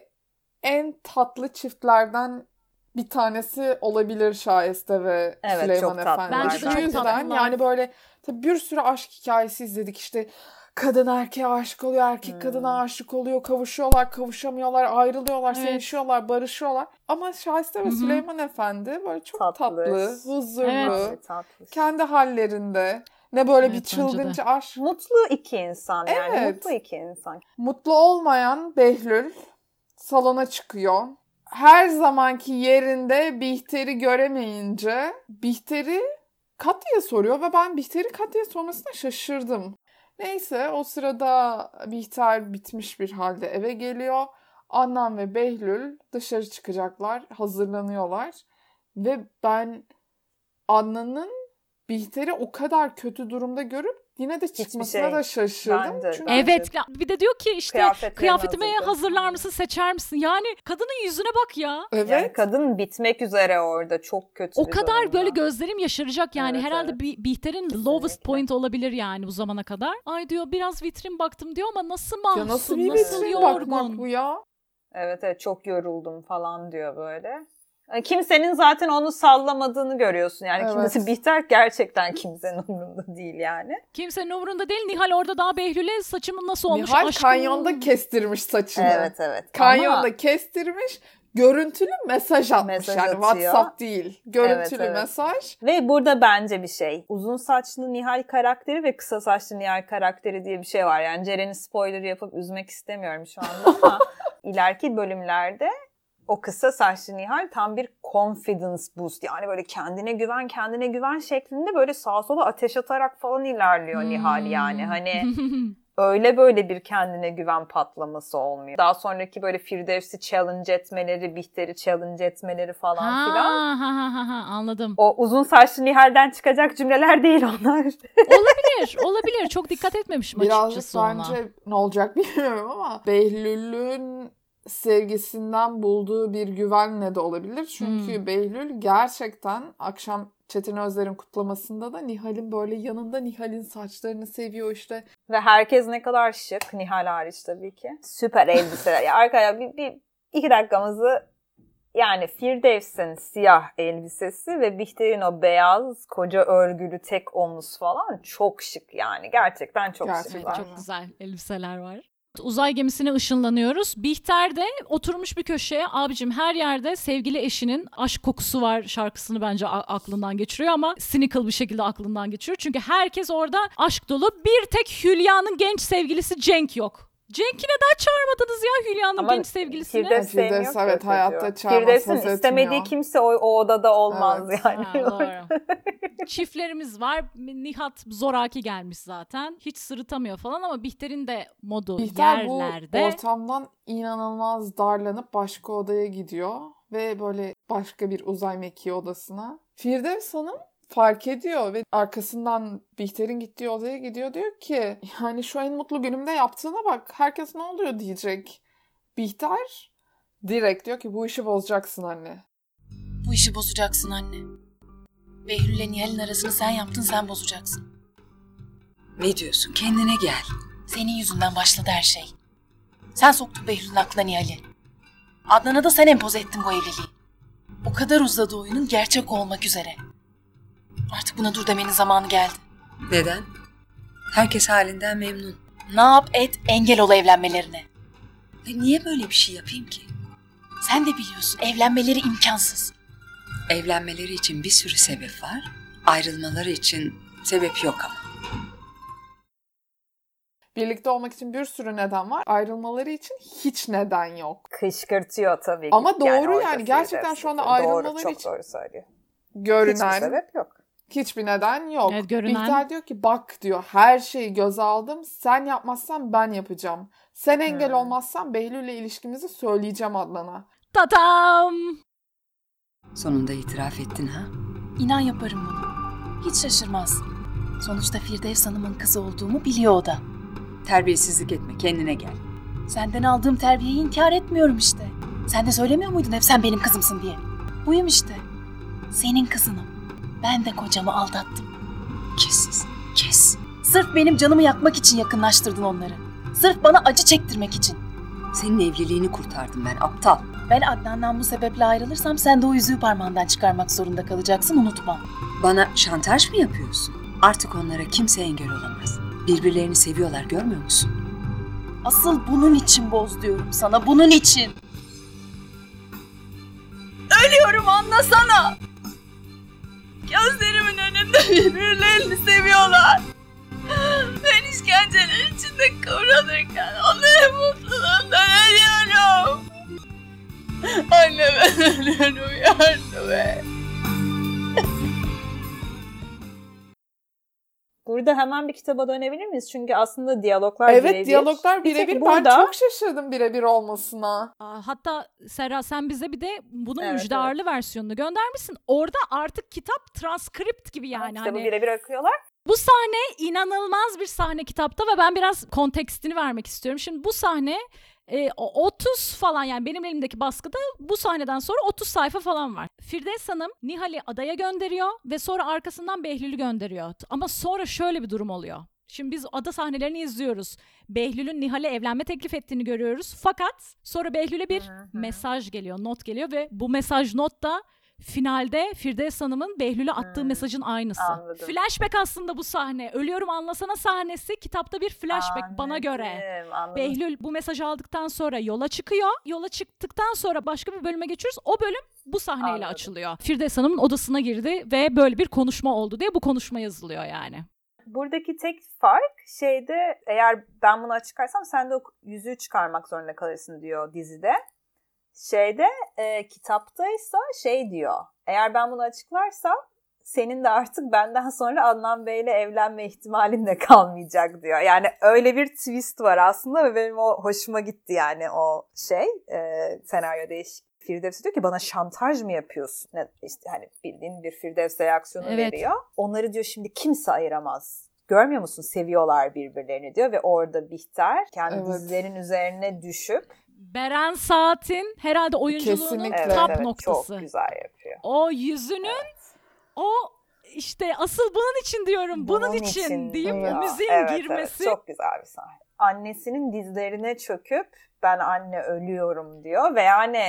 en tatlı çiftlerden bir tanesi olabilir Şahiste ve Evet, Süleyman çok tatlılar. Efendi. Bence de Şu çok yüzden tatlılar. yani böyle tabii bir sürü aşk hikayesi izledik işte. Kadın erkeğe aşık oluyor, erkek kadına aşık oluyor, kavuşuyorlar, kavuşamıyorlar, ayrılıyorlar, Evet. sevişiyorlar, barışıyorlar. Ama Şahiste ve Hı hı. Süleyman Efendi böyle çok Tatlı. tatlı, huzurlu, Evet. Tatlı. kendi hallerinde. Ne böyle Evet, bir bence de. çılgınca aşk. Mutlu iki insan yani. Evet. Mutlu iki insan. Mutlu olmayan Behlül salona çıkıyor. Her zamanki yerinde Bihter'i göremeyince Bihter'i Katya'ya soruyor ve ben Bihter'i Katya'ya sormasına şaşırdım. Neyse o sırada Bihter bitmiş bir halde eve geliyor. Adnan ve Behlül dışarı çıkacaklar, hazırlanıyorlar. Ve ben Adnan'ın Bihter'i o kadar kötü durumda görüp yine de çıkmasına şey. da şaşırdım. Ben de. Çünkü Evet, bir de diyor ki işte kıyafetime hazırla. hazırlar mısın, seçer misin? Yani kadının yüzüne bak ya. evet. Yani kadın bitmek üzere orada, çok kötü O bir kadar durumda. böyle gözlerim yaşaracak yani. Evet, Herhalde evet. Bihter'in Kesinlikle. lowest point olabilir yani bu zamana kadar. Ay diyor biraz vitrin baktım diyor ama nasıl mahzun, Ya nasıl bir nasıl vitrin yorgun. bakmak bu ya? Evet çok yoruldum falan diyor böyle. Kimsenin zaten onu sallamadığını görüyorsun. Yani Evet. kimisi Bihter gerçekten kimsenin umurunda değil yani. Kimsenin umurunda değil. Nihal orada daha Behlül'e saçımın nasıl olmuş Nihal aşkım. kanyonda kestirmiş saçını. Evet. Kanyonda Ama kestirmiş. Görüntülü mesaj atmış Mesaj yani atıyor. WhatsApp değil. Görüntülü Evet. mesaj. ve burada bence bir şey. Uzun saçlı Nihal karakteri ve kısa saçlı Nihal karakteri diye bir şey var. Yani Ceren'i spoiler yapıp üzmek istemiyorum şu anda ama ileriki bölümlerde o kısa saçlı Nihal tam bir confidence boost. Yani böyle kendine güven şeklinde böyle sağa sola ateş atarak falan ilerliyor Nihal yani. Hani öyle böyle bir kendine güven patlaması olmuyor. Daha sonraki böyle Firdevs'i challenge etmeleri, Bihter'i challenge etmeleri falan filan. Anladım. O uzun saçlı Nihal'den çıkacak cümleler değil onlar. Olabilir. Çok dikkat etmemişim Birazcık açıkçası ona. bence ne olacak bilmiyorum ama Behlül'ün sevgisinden bulduğu bir güvenle de olabilir. Çünkü Behlül gerçekten akşam Çetin Özler'in kutlamasında da Nihal'in böyle yanında Nihal'in saçlarını seviyor işte. Ve herkes ne kadar şık. Nihal hariç tabii ki. Süper elbiseler. Ya arkaya bir 2 dakikamızı yani Firdevs'in siyah elbisesi ve Bihter'in o beyaz koca örgülü tek omuz falan çok şık yani. Gerçekten çok şık. Çok güzel elbiseler var. Uzay gemisine ışınlanıyoruz. Bihter de oturmuş bir köşeye, abicim her yerde sevgili eşinin Aşk Kokusu Var şarkısını bence aklından geçiriyor ama cynical bir şekilde aklından geçiriyor. Çünkü herkes orada aşk dolu. Bir tek Hülya'nın genç sevgilisi Cenk yok. Cenk'i neden çağırmadınız ya Hülya'nın ama genç sevgilisini? Firdevs evet hayatta çağırmaz. Firdevs'in istemediği kimse o odada olmaz yani. Ha, doğru. Çiftlerimiz var. Nihat zoraki gelmiş zaten. Hiç sırıtamıyor falan ama Bihter'in de modu Bihter yerlerde. bu ortamdan inanılmaz darlanıp başka odaya gidiyor. Ve böyle başka bir uzay mekiği odasına. Firdevs Hanım fark ediyor ve arkasından Bihter'in gittiği odaya gidiyor. Diyor ki yani şu en mutlu günümde yaptığına bak. Herkes ne oluyor diyecek. Bihter direkt diyor ki bu işi bozacaksın anne. Bu işi bozacaksın anne. Behlül ile Nihal'in arasını sen yaptın, sen bozacaksın. Ne diyorsun? Kendine gel. Senin yüzünden başladı her şey. Sen soktun Behlül'ün aklına Nihal'i. Adnan'a da sen empoze ettin bu evliliği. O kadar uzadı oyunun gerçek olmak üzere. Artık buna dur demenin zamanı geldi. Neden? Herkes halinden memnun. Ne yap et, engel ol evlenmelerine. Niye böyle bir şey yapayım ki? Sen de biliyorsun, evlenmeleri imkansız. Evlenmeleri için bir sürü sebep var. Ayrılmaları için sebep yok ama. Birlikte olmak için bir sürü neden var. Ayrılmaları için hiç neden yok. Kışkırtıyor tabii ki. Ama doğru orada yani gerçekten Firdevs şu anda doğru, ayrılmaları çok için doğru söylüyor. görünen Hiçbir sebep yok. hiçbir neden yok. Evet, görünen. Bihter diyor ki bak diyor her şeyi göze aldım. Sen yapmazsan ben yapacağım. Sen engel olmazsan Behlül'le ilişkimizi söyleyeceğim Adnan'a. Tadam! Sonunda itiraf ettin ha? İnan yaparım bunu. Hiç şaşırmaz. Sonuçta Firdevs Hanım'ın kızı olduğumu biliyor o da. Terbiyesizlik etme, kendine gel. Senden aldığım terbiyeyi inkar etmiyorum işte. Sen de söylemiyor muydun hep sen benim kızımsın diye? Buyum işte. Senin kızınım. Ben de kocamı aldattım. Kes, kes. Sırf benim canımı yakmak için yakınlaştırdın onları. Sırf bana acı çektirmek için. Senin evliliğini kurtardım ben, aptal. Ben Adnan'dan bu sebeple ayrılırsam sen de o yüzüğü parmağından çıkarmak zorunda kalacaksın, unutma. Bana şantaj mı yapıyorsun? Artık onlara kimse engel olamaz. Birbirlerini seviyorlar, görmüyor musun? Asıl bunun için boz diyorum sana, bunun için. Ölüyorum, anlasana. Gözlerimin önünde birbirlerini seviyorlar. Ben işkencelerin içinde kıvranırken onların mutluluğundan ölüyorum. Anne ben ölüyorum, yardım et. Burada hemen bir kitaba dönebilir miyiz? Çünkü aslında diyaloglar Evet birebir. diyaloglar Bir tek birebir. burada- Ben çok şaşırdım birebir olmasına. Hatta Serra sen bize bir de bunun Evet, müjdarlı versiyonunu göndermişsin. Orada artık kitap transkript gibi yani. Kitabı Hani birebir okuyorlar. bu sahne inanılmaz bir sahne kitapta ve ben biraz kontekstini vermek istiyorum. Şimdi bu sahne 30 falan, yani benim elimdeki baskıda bu sahneden sonra 30 sayfa falan var. Firdevs Hanım Nihal'i adaya gönderiyor ve sonra arkasından Behlül'ü gönderiyor. Ama sonra şöyle bir durum oluyor. Şimdi biz ada sahnelerini izliyoruz. Behlül'ün Nihal'e evlenme teklif ettiğini görüyoruz. Fakat sonra Behlül'e bir mesaj geliyor, not geliyor ve bu mesaj not da finalde Firdevs Hanım'ın Behlül'e attığı mesajın aynısı. Anladım. Flashback aslında bu sahne. Ölüyorum anlasana sahnesi kitapta bir flashback bana göre. Anladım. Behlül bu mesajı aldıktan sonra yola çıkıyor. Yola çıktıktan sonra başka bir bölüme geçiyoruz. O bölüm bu sahneyle Anladım. açılıyor. Firdevs Hanım'ın odasına girdi ve böyle bir konuşma oldu diye bu konuşma yazılıyor yani. Buradaki tek fark şeyde, eğer ben bunu açıklarsam sen de o yüzüğü çıkarmak zorunda kalırsın diyor dizide. Şeyde kitaptaysa şey diyor. Eğer ben bunu açıklarsam senin de artık benden sonra Adnan Bey'le evlenme ihtimalin de kalmayacak diyor. Yani öyle bir twist var aslında ve benim o hoşuma gitti yani o şey senaryo değişik. Firdevs diyor ki bana şantaj mı yapıyorsun? İşte hani bildiğin bir Firdevs reaksiyonu Evet. veriyor. Onları diyor şimdi kimse ayıramaz. Görmüyor musun? Seviyorlar birbirlerini diyor ve orada Bihter kendi Evet. dizlerinin üzerine düşüp Beren Saat'in herhalde oyunculuğunun Kesinlikle. top evet, noktası. çok güzel yapıyor. O yüzünün o işte asıl bunun için diyorum. Bunun için deyip diyor. müziğin girmesi. Evet, çok güzel bir sahne. Annesinin dizlerine çöküp ben anne ölüyorum diyor ve yani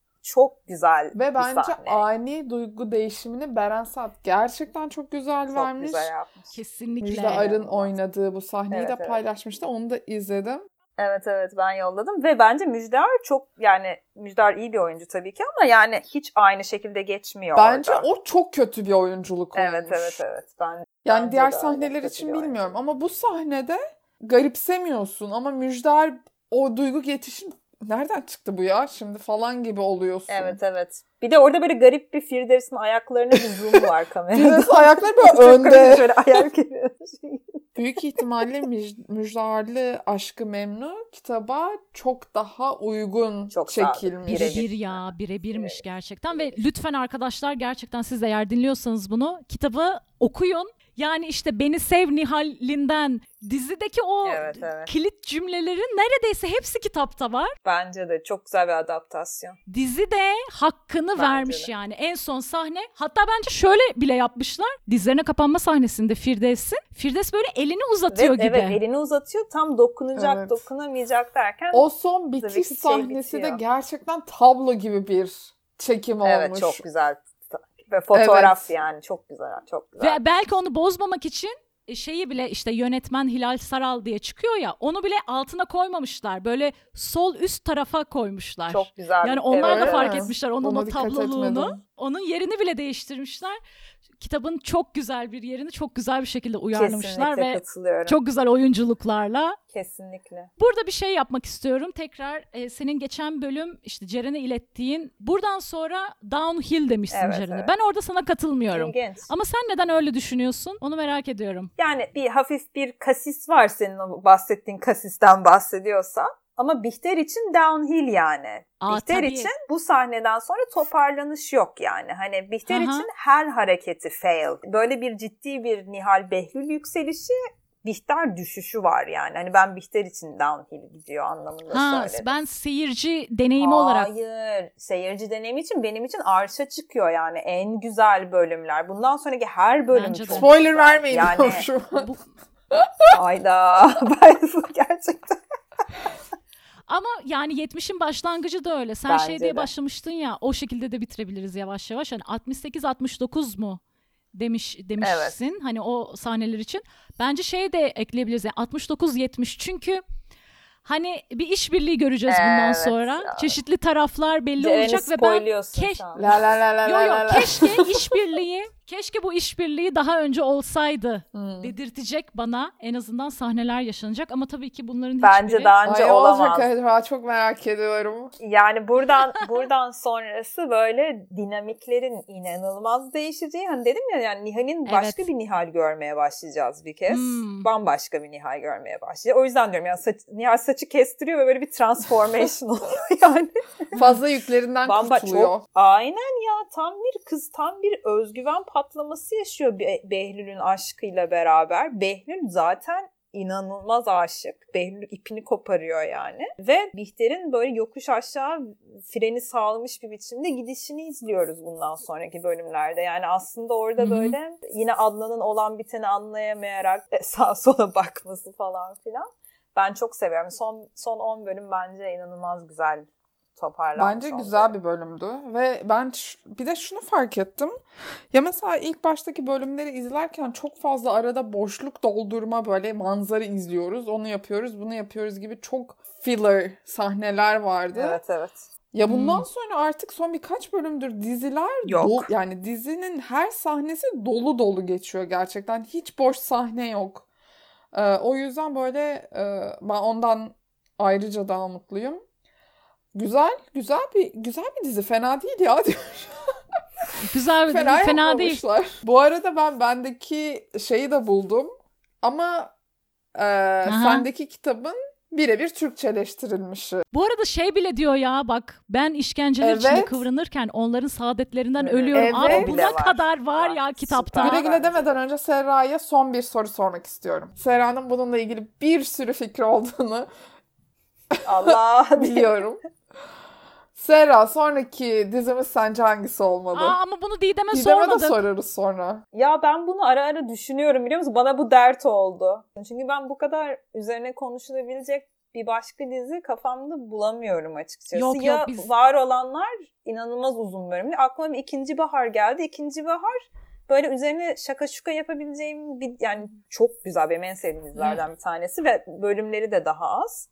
çok güzel Ve bir bence sahne. ani duygu değişimini Beren Saat gerçekten çok güzel Çok vermiş. güzel yapmış. Kesinlikle. Müjde Ar'ın oynadığı bu sahneyi Evet, de evet. paylaşmıştı. Onu da izledim. Evet ben yolladım ve bence Müjder çok yani Müjder iyi bir oyuncu tabii ki ama yani hiç aynı şekilde geçmiyor Bence orada. o çok kötü bir oyunculuk olmuş. Evet. Yani Bence diğer de sahneler öyle, için kötü bir bilmiyorum oyuncu. ama bu sahnede garipsemiyorsun ama Müjder o duygu geçişin nereden çıktı bu ya şimdi falan gibi oluyorsun. Evet. Bir de orada böyle garip bir Firdevs'in ayaklarına bir zoom var kamerada. Firdevs ayakları böyle Çok önde. komik, şöyle ayak gibi. Büyük ihtimalle Müjdarlı Aşk-ı Memnu kitaba çok daha uygun Çok sağ ol. çekilmiş. Birebir ya, birebirmiş gerçekten ve lütfen arkadaşlar gerçekten siz eğer dinliyorsanız bunu kitabı okuyun. Yani işte Beni Sev Nihal'inden dizideki o Evet. kilit cümlelerin neredeyse hepsi kitapta var. Bence de çok güzel bir adaptasyon. Dizi de hakkını Bence vermiş de. yani. En son sahne hatta bence şöyle bile yapmışlar. Dizlerine kapanma sahnesinde Firdevs böyle elini uzatıyor gibi. Evet elini uzatıyor tam dokunacak Evet. dokunamayacak derken. O son bitiş Tabii ki sahnesi de bitiyor. gerçekten tablo gibi bir çekim olmuş. Evet çok güzel. Ve fotoğraf Evet. yani çok güzel. Çok güzel. Ve belki onu bozmamak için şeyi bile işte yönetmen Hilal Saral diye çıkıyor ya onu bile altına koymamışlar. Böyle sol üst tarafa koymuşlar. Çok güzel. Yani onlar da Evet. fark etmişler onun Ona o dikkat tabloluğunu. etmedim. Onun yerini bile değiştirmişler. Kitabın çok güzel bir yerini çok güzel bir şekilde uyarlamışlar Kesinlikle ve katılıyorum. çok güzel oyunculuklarla. Kesinlikle. Burada bir şey yapmak istiyorum. Tekrar senin geçen bölüm işte Ceren'e ilettiğin buradan sonra downhill demişsin Evet, Ceren'e. evet. Ben orada sana katılmıyorum. İlginç. Ama sen neden öyle düşünüyorsun? Onu merak ediyorum. Yani bir hafif bir kasis var senin o bahsettiğin kasisten bahsediyorsan. Ama Bihter için downhill yani. Bihter tabii. için bu sahneden sonra toparlanış yok yani. Hani Bihter Aha. için her hareketi fail. Böyle bir ciddi bir Nihal Behlül yükselişi, Bihter düşüşü var yani. Hani ben Bihter için downhill gidiyor anlamında söyledim. Ben seyirci deneyimi olarak. Hayır. Seyirci deneyimi için benim için arşa çıkıyor yani. En güzel bölümler. Bundan sonraki her bölüm Bence de. çok Spoiler güzel. vermeyin Yani diyormuşum. hayda. Ben gerçekten. Ama yani 70'in başlangıcı da öyle. Sen Bence şey diye de. başlamıştın ya o şekilde de bitirebiliriz yavaş yavaş. Hani 68-69 mu demişsin hani o sahneler için. Bence şey de ekleyebiliriz yani 69-70 çünkü hani bir işbirliği göreceğiz bundan Evet sonra. ya. Çeşitli taraflar belli Ceren'i olacak ve ben spoiluyorsun keş- şu an. La la la la la Yo la la. keşke bu işbirliği daha önce olsaydı Hmm. dedirtecek bana en azından sahneler yaşanacak ama tabii ki bunların Bence hiçbiri daha önce Ay olamaz. olacak acaba çok merak ediyorum. Yani buradan sonrası böyle dinamiklerin inanılmaz değişeceği. Hani dedim ya yani Nihal'in başka Evet. bir Nihal görmeye başlayacağız bir kez. Hmm. Bambaşka bir Nihal görmeye başlayacağız. O yüzden diyorum yani Nihal saçı kestiriyor ve böyle bir transformation oluyor yani. Fazla yüklerinden kurtuluyor. Çok aynen ya tam bir kız tam bir özgüven patlaması yaşıyor Behlül'ün aşkıyla beraber. Behlül zaten inanılmaz aşık. Behlül ipini koparıyor yani. Ve Bihter'in böyle yokuş aşağı freni sağlamış bir biçimde gidişini izliyoruz bundan sonraki bölümlerde. Yani aslında orada böyle yine Adnan'ın olan biteni anlayamayarak sağa sola bakması falan filan. Ben çok seviyorum. Son 10 bölüm bence inanılmaz güzel toparlanmış. Bence güzel bir bölümdü ve ben bir de şunu fark ettim. Ya mesela ilk baştaki bölümleri izlerken çok fazla arada boşluk doldurma böyle manzara izliyoruz. Onu yapıyoruz, bunu yapıyoruz gibi çok filler sahneler vardı. Evet. Ya bundan sonra artık son birkaç bölümdür diziler Yok. yani dizinin her sahnesi dolu dolu geçiyor gerçekten. Hiç boş sahne yok. O yüzden böyle ben ondan ayrıca daha mutluyum. Güzel bir dizi. Fena değil ya. güzel bir dizi, fena değil. yapmamışlar. Bu arada bendeki şeyi de buldum. Ama sendeki kitabın birebir Türkçeleştirilmişi. Bu arada şey bile diyor ya bak ben işkenceler içinde Evet. kıvranırken onların saadetlerinden ölüyorum. Evet. Abi Bile buna var. kadar var ya Var. kitapta. Süper. Güle güle demeden önce Serra'ya son bir soru sormak istiyorum. Serra'nın bununla ilgili bir sürü fikri olduğunu Allah biliyorum. Serra, sonraki dizimiz sence hangisi olmalı? Ama bunu Didem'e Didem'e sormadık. de sorarız sonra. Ya ben bunu ara ara düşünüyorum, biliyor musun? Bana bu dert oldu. Çünkü ben bu kadar üzerine konuşulabilecek bir başka dizi kafamda bulamıyorum açıkçası. Yok, ya biz... var olanlar inanılmaz uzun bölümlü. Aklıma bir İkinci Bahar geldi. İkinci Bahar böyle üzerine şaka şuka yapabileceğim bir, yani çok güzel, benim en sevdiğim dizilerden bir tanesi ve bölümleri de daha az.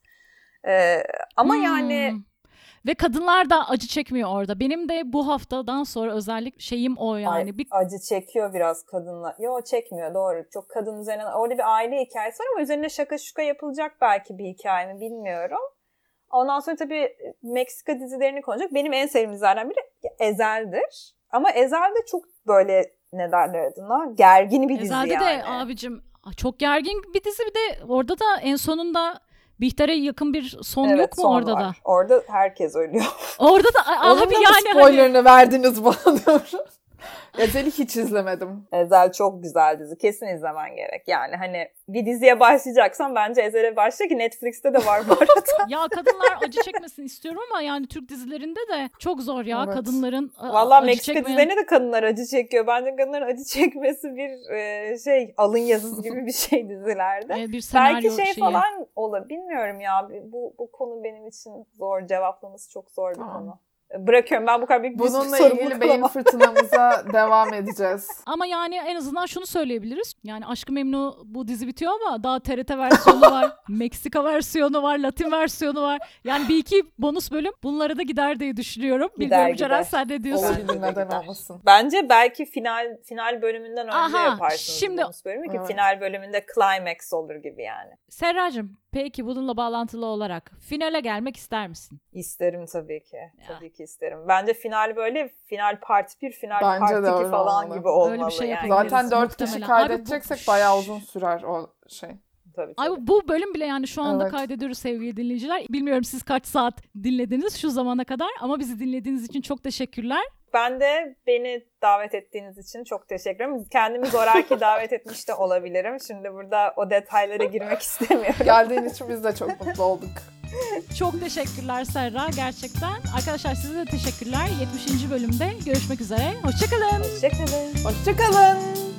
Ama yani ve kadınlar da acı çekmiyor orada. Benim de bu haftadan sonra özellikle şeyim o yani. Acı çekiyor biraz kadınlar. Yo, çekmiyor, doğru. Çok kadın üzerine. Orada bir aile hikayesi var ama üzerine şaka şuka yapılacak belki bir hikaye mi bilmiyorum. Ondan sonra tabii Meksika dizilerini konuşacak. Benim en sevdiğim dizilerden biri Ezel'dir. Ama Ezel de çok böyle, ne derler adına, gergin bir dizi Ezel'de yani. de abicim çok gergin bir dizi, bir de orada da en sonunda Bihter'e yakın bir son Evet, yok mu son orada var. da? Orada herkes ölüyor. Orada da Onun abi da yani spoilerını verdiniz bana diyorum. Ezel'i hiç izlemedim. Ezel çok güzel dizi. Kesin izlemen gerek. Yani hani bir diziye başlayacaksan bence Ezel'e başla ki Netflix'te de var bu arada. ya kadınlar acı çekmesin istiyorum ama yani Türk dizilerinde de çok zor ya Evet. kadınların Valla acı Meksika çekmeyen... dizilerine de kadınlar acı çekiyor. Bence kadınların acı çekmesi bir alın yazısı gibi bir şey dizilerde. bir senaryo Belki şeyi. falan olur. Bilmiyorum ya. Bu konu benim için zor. Cevaplaması çok zor bir konu. Bırakıyorum, ben bu kadar büyük bir Bununla sorumluluk ilgili beyin alamam. fırtınamıza devam edeceğiz. Ama yani en azından şunu söyleyebiliriz. Yani Aşk-ı Memnu bu dizi bitiyor ama daha TRT versiyonu var, Meksika versiyonu var, Latin versiyonu var. Yani bir iki bonus bölüm bunlara da gider diye düşünüyorum. Bilmiyorum Ceren, sen ne diyorsun? Olabilir, neden olmasın. Bence belki final bölümünden önce yaparsınız şimdi... bonus bölümü ki Evet. final bölümünde climax olur gibi yani. Serracığım, peki bununla bağlantılı olarak finale gelmek ister misin? İsterim tabii ki. Ya. Tabii ki isterim. Bence final böyle final part 1, final Bence part de 2 öyle falan olmalı. gibi olmalı. Öyle bir şey yani. yapabiliriz. Zaten 4 kişi Muhtemelen. kaydedeceksek Abi bu- bayağı uzun sürer o şey. Tabii. Bu bölüm bile yani şu anda Evet. kaydediyoruz sevgili dinleyiciler. Bilmiyorum siz kaç saat dinlediniz şu zamana kadar ama bizi dinlediğiniz için çok teşekkürler. Ben de beni davet ettiğiniz için çok teşekkür ederim. Kendimi zoraki davet etmiş de olabilirim. Şimdi burada o detaylara girmek istemiyorum. Geldiğin için biz de çok mutlu olduk. Çok teşekkürler Serra gerçekten. Arkadaşlar size de teşekkürler. 70. bölümde görüşmek üzere. Hoşçakalın. Hoşçakalın. Hoşçakalın.